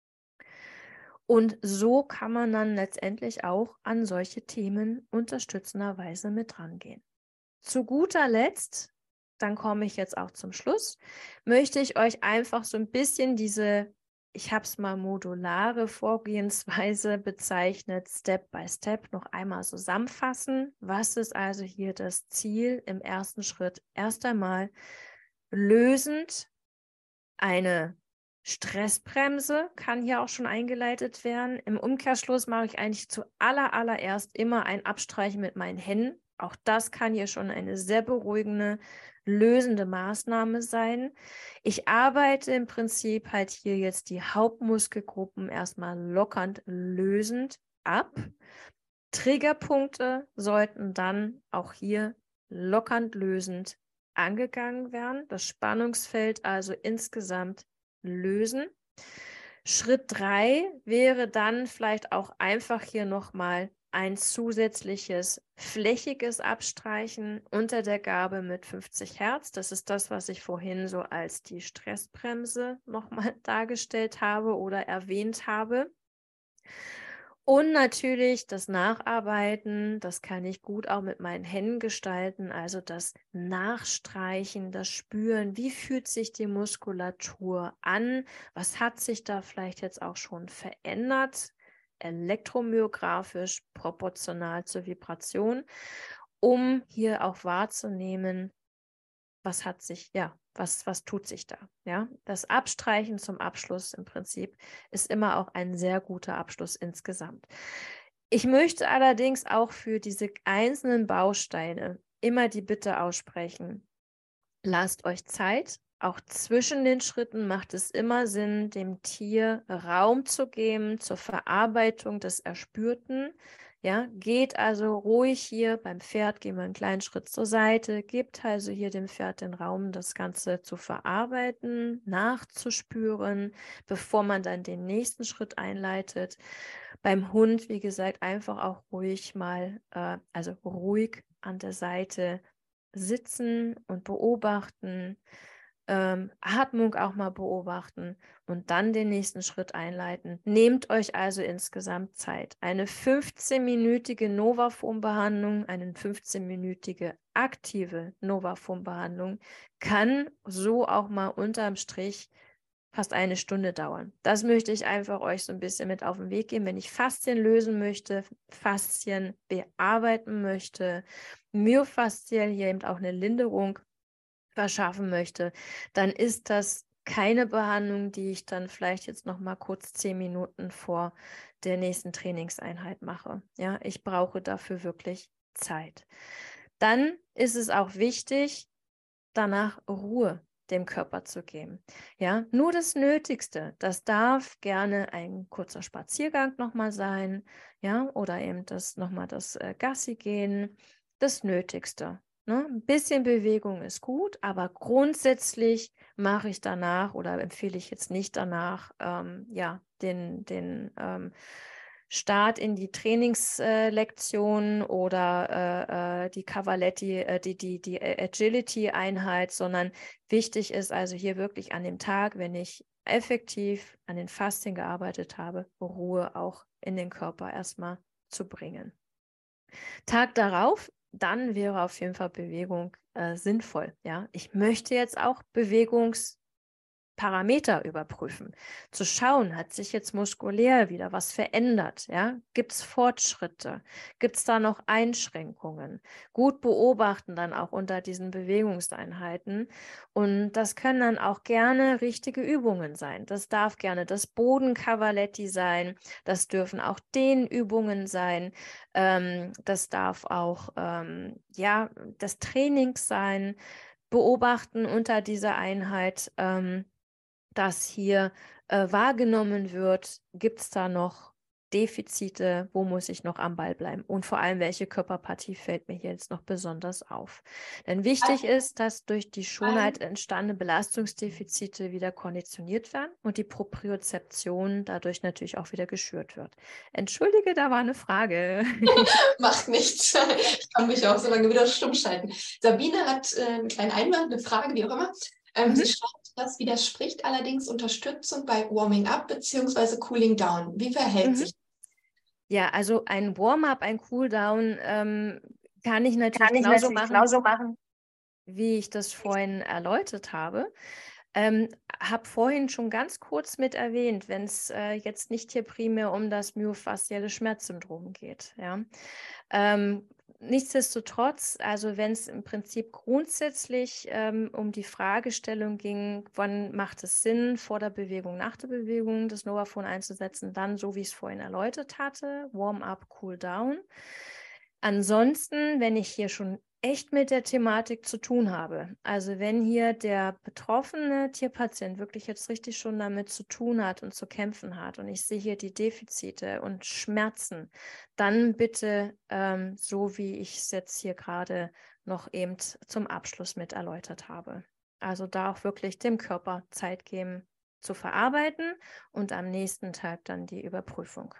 Und so kann man dann letztendlich auch an solche Themen unterstützenderweise mit rangehen. Zu guter Letzt, dann komme ich jetzt auch zum Schluss, möchte ich euch einfach so ein bisschen diese, ich habe es mal modulare Vorgehensweise bezeichnet, Step by Step noch einmal zusammenfassen. Was ist also hier das Ziel im ersten Schritt? Erst einmal lösend eine Stressbremse kann hier auch schon eingeleitet werden. Im Umkehrschluss mache ich eigentlich zu aller, allererst immer ein Abstreichen mit meinen Händen. Auch das kann hier schon eine sehr beruhigende, lösende Maßnahme sein. Ich arbeite im Prinzip halt hier jetzt die Hauptmuskelgruppen erstmal lockernd, lösend ab. Triggerpunkte sollten dann auch hier lockernd, lösend angegangen werden. Das Spannungsfeld also insgesamt lösen. Schritt drei wäre dann vielleicht auch einfach hier nochmal ein zusätzliches flächiges Abstreichen unter der Gabe mit fünfzig Hertz. Das ist das, was ich vorhin so als die Stressbremse nochmal dargestellt habe oder erwähnt habe. Und natürlich das Nacharbeiten, das kann ich gut auch mit meinen Händen gestalten, also das Nachstreichen, das Spüren, wie fühlt sich die Muskulatur an, was hat sich da vielleicht jetzt auch schon verändert, elektromyografisch, proportional zur Vibration, um hier auch wahrzunehmen, was hat sich, ja, was, was tut sich da, ja. Das Abstreichen zum Abschluss im Prinzip ist immer auch ein sehr guter Abschluss insgesamt. Ich möchte allerdings auch für diese einzelnen Bausteine immer die Bitte aussprechen, lasst euch Zeit. Auch zwischen den Schritten macht es immer Sinn, dem Tier Raum zu geben zur Verarbeitung des Erspürten. Ja, geht also ruhig hier beim Pferd, gehen wir einen kleinen Schritt zur Seite, gebt also hier dem Pferd den Raum, das Ganze zu verarbeiten, nachzuspüren, bevor man dann den nächsten Schritt einleitet. Beim Hund, wie gesagt, einfach auch ruhig mal, äh, also ruhig an der Seite sitzen und beobachten, ähm, Atmung auch mal beobachten und dann den nächsten Schritt einleiten. Nehmt euch also insgesamt Zeit. Eine fünfzehnminütige Novafom-Behandlung, eine fünfzehnminütige aktive Novafom-Behandlung kann so auch mal unterm Strich fast eine Stunde dauern. Das möchte ich einfach euch so ein bisschen mit auf den Weg geben. Wenn ich Faszien lösen möchte, Faszien bearbeiten möchte, myofasziell hier eben auch eine Linderung verschaffen möchte, dann ist das keine Behandlung, die ich dann vielleicht jetzt noch mal kurz zehn Minuten vor der nächsten Trainingseinheit mache. Ja, ich brauche dafür wirklich Zeit. Dann ist es auch wichtig, danach Ruhe dem Körper zu geben. Ja, nur das Nötigste. Das darf gerne ein kurzer Spaziergang nochmal sein, ja, oder eben das nochmal das äh, Gassi gehen. Das Nötigste. Ne? Ein bisschen Bewegung ist gut, aber grundsätzlich mache ich danach oder empfehle ich jetzt nicht danach, ähm, ja, den, den ähm, Start in die Trainingslektion äh, oder äh, die Cavaletti, äh, die, die, die Agility-Einheit, sondern wichtig ist also hier wirklich an dem Tag, wenn ich effektiv an den Faszien gearbeitet habe, Ruhe auch in den Körper erstmal zu bringen. Tag darauf, dann wäre auf jeden Fall Bewegung äh, sinnvoll. Ja? Ich möchte jetzt auch Bewegungs Parameter überprüfen, zu schauen, hat sich jetzt muskulär wieder was verändert, ja? Gibt es Fortschritte? Gibt es da noch Einschränkungen? Gut beobachten dann auch unter diesen Bewegungseinheiten und das können dann auch gerne richtige Übungen sein. Das darf gerne das Bodencavaletti sein, das dürfen auch Dehnübungen sein, ähm, das darf auch ähm, ja, das Training sein, beobachten unter dieser Einheit, ähm, dass hier äh, wahrgenommen wird, gibt es da noch Defizite, wo muss ich noch am Ball bleiben und vor allem, welche Körperpartie fällt mir hier jetzt noch besonders auf. Denn wichtig ist, dass durch die Schonheit entstandene Belastungsdefizite wieder konditioniert werden und die Propriozeption dadurch natürlich auch wieder geschürt wird. Entschuldige, da war eine Frage. Macht nichts. Ich kann mich auch so lange wieder stumm schalten. Sabine hat äh, einen kleinen Einwand, eine Frage, wie auch immer. Ähm, mhm. Sie schreibt, das widerspricht allerdings Unterstützung bei Warming Up bzw. Cooling Down. Wie verhält mhm. sich das? Ja, also ein Warm-up, ein Cool-Down ähm, kann ich natürlich, kann ich genauso, natürlich machen, genauso machen, wie ich das vorhin erläutert habe. Ähm, habe vorhin schon ganz kurz mit erwähnt, wenn es äh, jetzt nicht hier primär um das myofaszielle Schmerzsyndrom geht. Ja? Ähm, nichtsdestotrotz, also wenn es im Prinzip grundsätzlich ähm, um die Fragestellung ging, wann macht es Sinn, vor der Bewegung, nach der Bewegung das Novafon einzusetzen, dann so, wie ich es vorhin erläutert hatte, Warm-up, Cool-down. Ansonsten, wenn ich hier schon echt mit der Thematik zu tun habe, also wenn hier der betroffene Tierpatient wirklich jetzt richtig schon damit zu tun hat und zu kämpfen hat und ich sehe hier die Defizite und Schmerzen, dann bitte ähm, so, wie ich es jetzt hier gerade noch eben zum Abschluss mit erläutert habe. Also da auch wirklich dem Körper Zeit geben zu verarbeiten und am nächsten Tag dann die Überprüfung.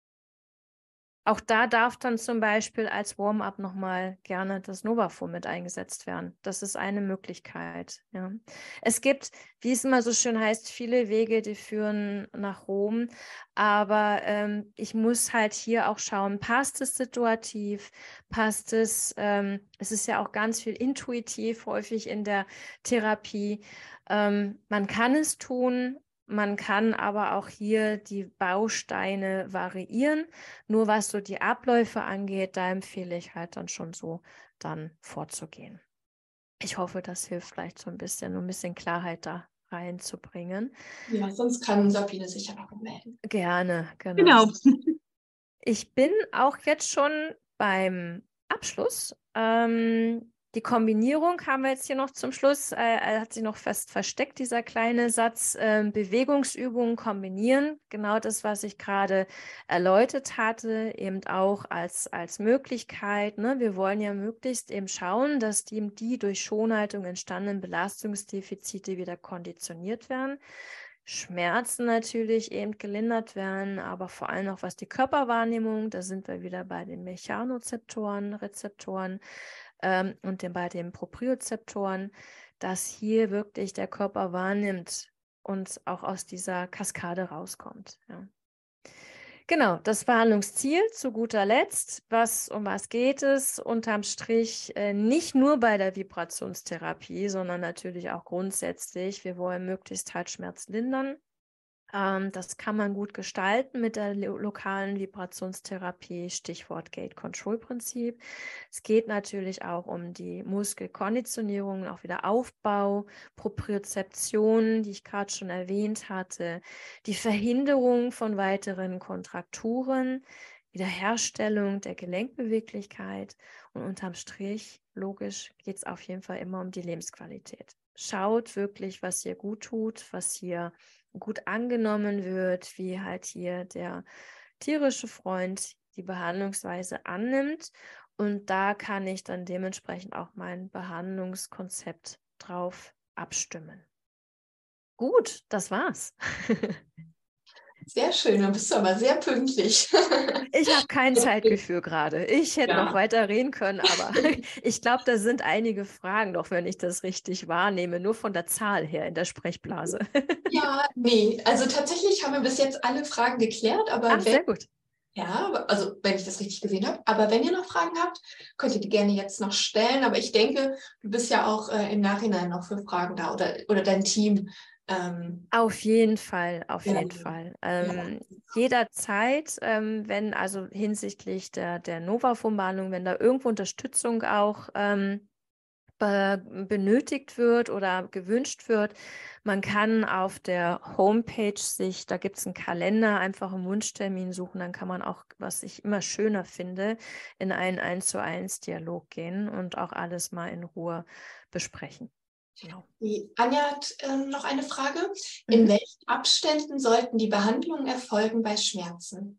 Auch da darf dann zum Beispiel als Warm-up nochmal gerne das Novafom mit eingesetzt werden. Das ist eine Möglichkeit. Ja. Es gibt, wie es immer so schön heißt, viele Wege, die führen nach Rom. Aber ähm, ich muss halt hier auch schauen, passt es situativ, passt es, ähm, es ist ja auch ganz viel intuitiv häufig in der Therapie. Ähm, man kann es tun. Man kann aber auch hier die Bausteine variieren. Nur was so die Abläufe angeht, da empfehle ich halt dann schon so, dann vorzugehen. Ich hoffe, das hilft vielleicht so ein bisschen, um ein bisschen Klarheit da reinzubringen. Ja, sonst kann Sabine sich ja noch melden. Gerne, genau. genau. Ich bin auch jetzt schon beim Abschluss. Ähm, Die Kombinierung haben wir jetzt hier noch zum Schluss, äh, hat sich noch fest versteckt, dieser kleine Satz, äh, Bewegungsübungen kombinieren, genau das, was ich gerade erläutert hatte, eben auch als, als Möglichkeit. Ne? Wir wollen ja möglichst eben schauen, dass die, die durch Schonhaltung entstandenen Belastungsdefizite wieder konditioniert werden. Schmerzen natürlich eben gelindert werden, aber vor allem auch was die Körperwahrnehmung, da sind wir wieder bei den Mechanozeptoren, Rezeptoren, ähm, und den, bei den Propriozeptoren, dass hier wirklich der Körper wahrnimmt und auch aus dieser Kaskade rauskommt. Ja. Genau, das Behandlungsziel zu guter Letzt, was, um was geht es? Unterm Strich äh, nicht nur bei der Vibrationstherapie, sondern natürlich auch grundsätzlich. Wir wollen möglichst halt Schmerz lindern. Ähm, das kann man gut gestalten mit der lo lokalen Vibrationstherapie, Stichwort Gate-Control-Prinzip. Es geht natürlich auch um die Muskelkonditionierung, auch wieder Aufbau, Propriozeption, die ich gerade schon erwähnt hatte, die Verhinderung von weiteren Kontrakturen, Wiederherstellung der Gelenkbeweglichkeit und unterm Strich, logisch, geht es auf jeden Fall immer um die Lebensqualität. Schaut wirklich, was ihr gut tut, was hier gut angenommen wird, wie halt hier der tierische Freund die Behandlungsweise annimmt. Und da kann ich dann dementsprechend auch mein Behandlungskonzept drauf abstimmen. Gut, das war's. Sehr schön, dann bist du aber sehr pünktlich. Ich habe kein Zeitgefühl gerade. Ich hätte Ja. noch weiter reden können, aber ich glaube, da sind einige Fragen noch, wenn ich das richtig wahrnehme, nur von der Zahl her in der Sprechblase. Ja, nee, also tatsächlich haben wir bis jetzt alle Fragen geklärt, aber Ah, wenn, sehr gut. ja, also wenn ich das richtig gesehen habe, aber wenn ihr noch Fragen habt, könnt ihr die gerne jetzt noch stellen, aber ich denke, du bist ja auch äh, im Nachhinein noch für Fragen da oder, oder dein Team. Ähm, Auf jeden Fall, auf ja, jeden Fall. ja. Ähm, jederzeit, ähm, wenn also hinsichtlich der, der Novafon-Behandlung, wenn da irgendwo Unterstützung auch ähm, be benötigt wird oder gewünscht wird, man kann auf der Homepage sich, da gibt es einen Kalender, einfach einen Wunschtermin suchen, dann kann man auch, was ich immer schöner finde, in einen eins zu eins Dialog gehen und auch alles mal in Ruhe besprechen. Genau. Die Anja hat ähm, noch eine Frage. In Mhm. welchen Abständen sollten die Behandlungen erfolgen bei Schmerzen?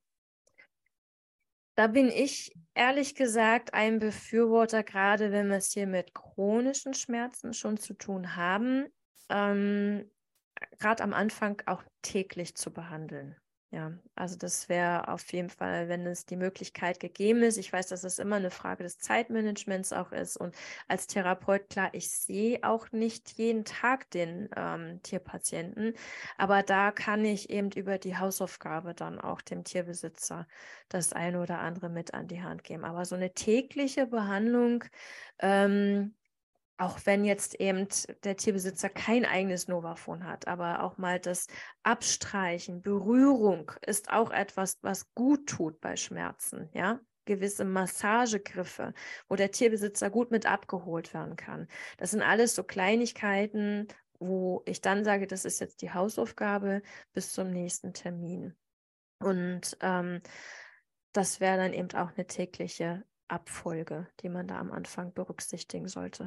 Da bin ich ehrlich gesagt ein Befürworter, gerade wenn wir es hier mit chronischen Schmerzen schon zu tun haben, ähm, gerade am Anfang auch täglich zu behandeln. Ja, also das wäre auf jeden Fall, wenn es die Möglichkeit gegeben ist. Ich weiß, dass es immer eine Frage des Zeitmanagements auch ist. Und als Therapeut, klar, ich sehe auch nicht jeden Tag den ähm, Tierpatienten, aber da kann ich eben über die Hausaufgabe dann auch dem Tierbesitzer das eine oder andere mit an die Hand geben. Aber so eine tägliche Behandlung, ähm, auch wenn jetzt eben der Tierbesitzer kein eigenes Novafon hat, aber auch mal das Abstreichen, Berührung ist auch etwas, was gut tut bei Schmerzen, ja. Gewisse Massagegriffe, wo der Tierbesitzer gut mit abgeholt werden kann. Das sind alles so Kleinigkeiten, wo ich dann sage, das ist jetzt die Hausaufgabe bis zum nächsten Termin. Und ähm, das wäre dann eben auch eine tägliche Abfolge, die man da am Anfang berücksichtigen sollte.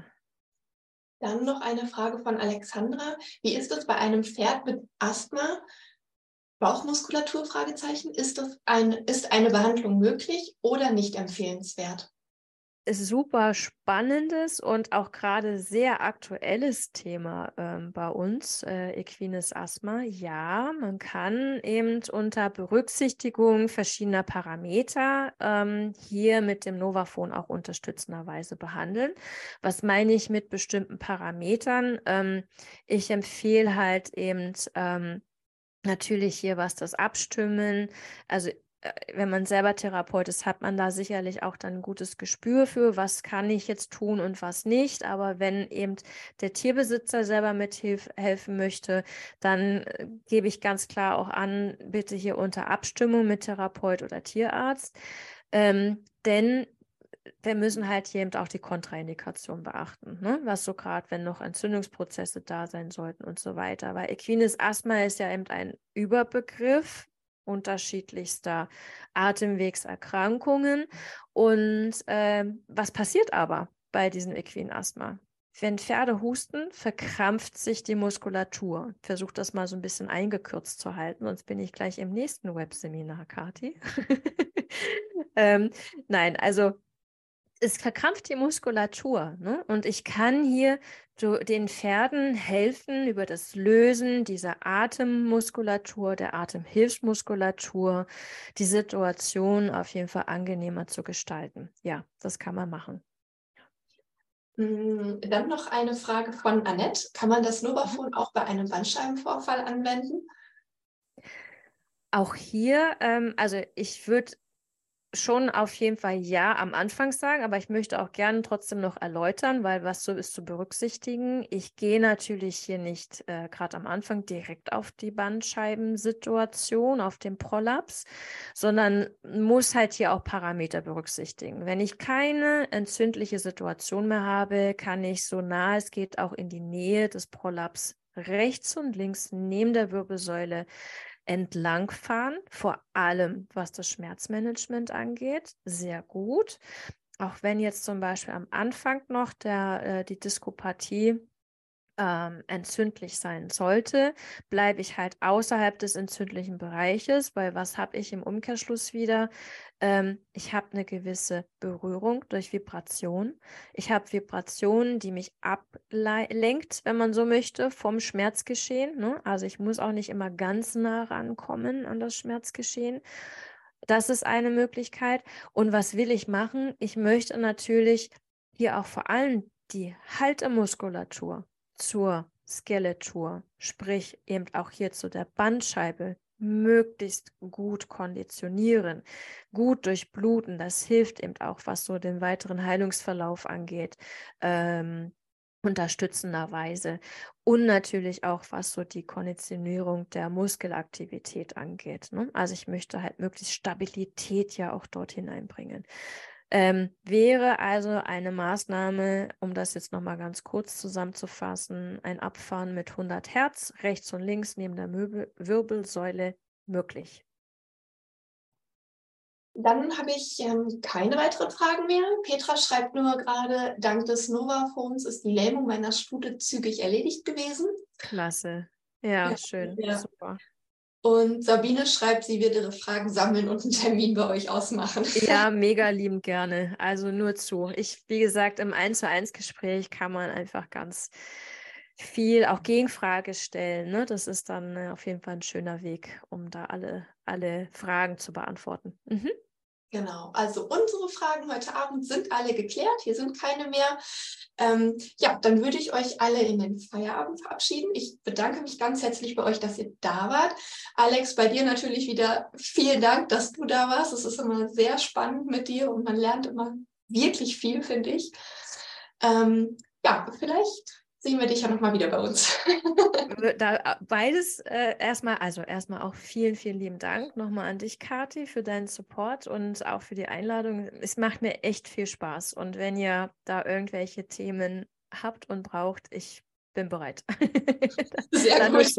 Dann noch eine Frage von Alexandra. Wie ist es bei einem Pferd mit Asthma? Bauchmuskulatur? Fragezeichen. Ist, das ein, ist eine Behandlung möglich oder nicht empfehlenswert? Ist super spannendes und auch gerade sehr aktuelles Thema ähm, bei uns, äh, equines Asthma. Ja, man kann eben unter Berücksichtigung verschiedener Parameter ähm, hier mit dem Novafon auch unterstützenderweise behandeln. Was meine ich mit bestimmten Parametern? Ähm, ich empfehle halt eben ähm, natürlich hier was das Abstimmen, also wenn man selber Therapeut ist, hat man da sicherlich auch dann ein gutes Gespür für, was kann ich jetzt tun und was nicht. Aber wenn eben der Tierbesitzer selber mithelfen möchte, dann äh, gebe ich ganz klar auch an, bitte hier unter Abstimmung mit Therapeut oder Tierarzt. Ähm, denn wir müssen halt hier eben auch die Kontraindikation beachten, ne? Was so gerade, wenn noch Entzündungsprozesse da sein sollten und so weiter. Weil equines Asthma ist ja eben ein Überbegriff unterschiedlichster Atemwegserkrankungen. Und äh, was passiert aber bei diesem equinen Asthma. Wenn Pferde husten, verkrampft sich die Muskulatur. Versuch das mal so ein bisschen eingekürzt zu halten, sonst bin ich gleich im nächsten Webseminar, Kathi. ähm, nein, also es verkrampft die Muskulatur, ne? Und ich kann hier so den Pferden helfen über das Lösen dieser Atemmuskulatur, der Atemhilfsmuskulatur, die Situation auf jeden Fall angenehmer zu gestalten. Ja, das kann man machen. Dann noch eine Frage von Annette. Kann man das Novafon auch bei einem Bandscheibenvorfall anwenden? Auch hier, ähm, also ich würde schon auf jeden Fall ja am Anfang sagen, aber ich möchte auch gerne trotzdem noch erläutern, weil was so ist zu berücksichtigen. Ich gehe natürlich hier nicht äh, gerade am Anfang direkt auf die Bandscheibensituation, auf den Prolaps, sondern muss halt hier auch Parameter berücksichtigen. Wenn ich keine entzündliche Situation mehr habe, kann ich so nah es geht auch in die Nähe des Prolaps rechts und links neben der Wirbelsäule entlangfahren, vor allem was das Schmerzmanagement angeht, sehr gut. Auch wenn jetzt zum Beispiel am Anfang noch der, äh, die Diskopathie ähm, entzündlich sein sollte, bleibe ich halt außerhalb des entzündlichen Bereiches, weil was habe ich im Umkehrschluss wieder? Ähm, ich habe eine gewisse Berührung durch Vibration. Ich habe Vibrationen, die mich ablenkt, wenn man so möchte, vom Schmerzgeschehen. Ne? Also ich muss auch nicht immer ganz nah rankommen an das Schmerzgeschehen. Das ist eine Möglichkeit. Und was will ich machen? Ich möchte natürlich hier auch vor allem die Haltemuskulatur zur Skeletur, sprich eben auch hier zu der Bandscheibe, möglichst gut konditionieren, gut durchbluten. Das hilft eben auch, was so den weiteren Heilungsverlauf angeht, ähm, unterstützenderweise. Und natürlich auch, was so die Konditionierung der Muskelaktivität angeht. Ne? Also ich möchte halt möglichst Stabilität ja auch dort hineinbringen. Ähm, wäre also eine Maßnahme, um das jetzt nochmal ganz kurz zusammenzufassen, ein Abfahren mit hundert Hertz, rechts und links neben der Möbel Wirbelsäule möglich. Dann habe ich ähm, keine weiteren Fragen mehr. Petra schreibt nur gerade, dank des Novafons ist die Lähmung meiner Stute zügig erledigt gewesen. Klasse. Ja, Ja, schön. ja. Super. Und Sabine schreibt, sie wird ihre Fragen sammeln und einen Termin bei euch ausmachen. Ja, mega liebend gerne. Also nur zu. Ich, wie gesagt, im eins zu eins Gespräch kann man einfach ganz viel auch Gegenfrage stellen. Ne? Das ist dann äh, auf jeden Fall ein schöner Weg, um da alle, alle Fragen zu beantworten. Mhm. Genau, also unsere Fragen heute Abend sind alle geklärt. Hier sind keine mehr. Ähm, ja, dann würde ich euch alle in den Feierabend verabschieden. Ich bedanke mich ganz herzlich bei euch, dass ihr da wart. Alex, bei dir natürlich wieder vielen Dank, dass du da warst. Es ist immer sehr spannend mit dir und man lernt immer wirklich viel, finde ich. Ähm, ja, vielleicht sehen wir dich ja nochmal wieder bei uns. Da beides äh, erstmal, also erstmal auch vielen, vielen lieben Dank nochmal an dich, Kathi, für deinen Support und auch für die Einladung. Es macht mir echt viel Spaß. Und wenn ihr da irgendwelche Themen habt und braucht, ich bin bereit. Sehr Dann gut. so.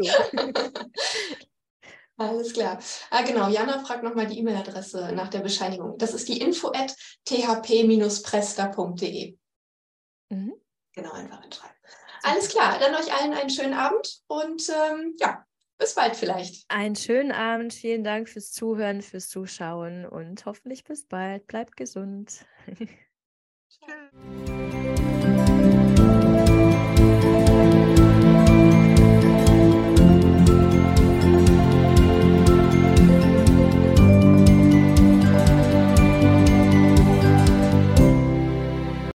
Alles klar. Ah, genau, Jana fragt nochmal die E-Mail-Adresse nach der Bescheinigung. Das ist die info at t h p dash presta punkt d e. Mhm. Genau, einfach hinschreiben. Alles klar, dann euch allen einen schönen Abend und ähm, ja, bis bald vielleicht. Einen schönen Abend, vielen Dank fürs Zuhören, fürs Zuschauen und hoffentlich bis bald. Bleibt gesund. Tschüss.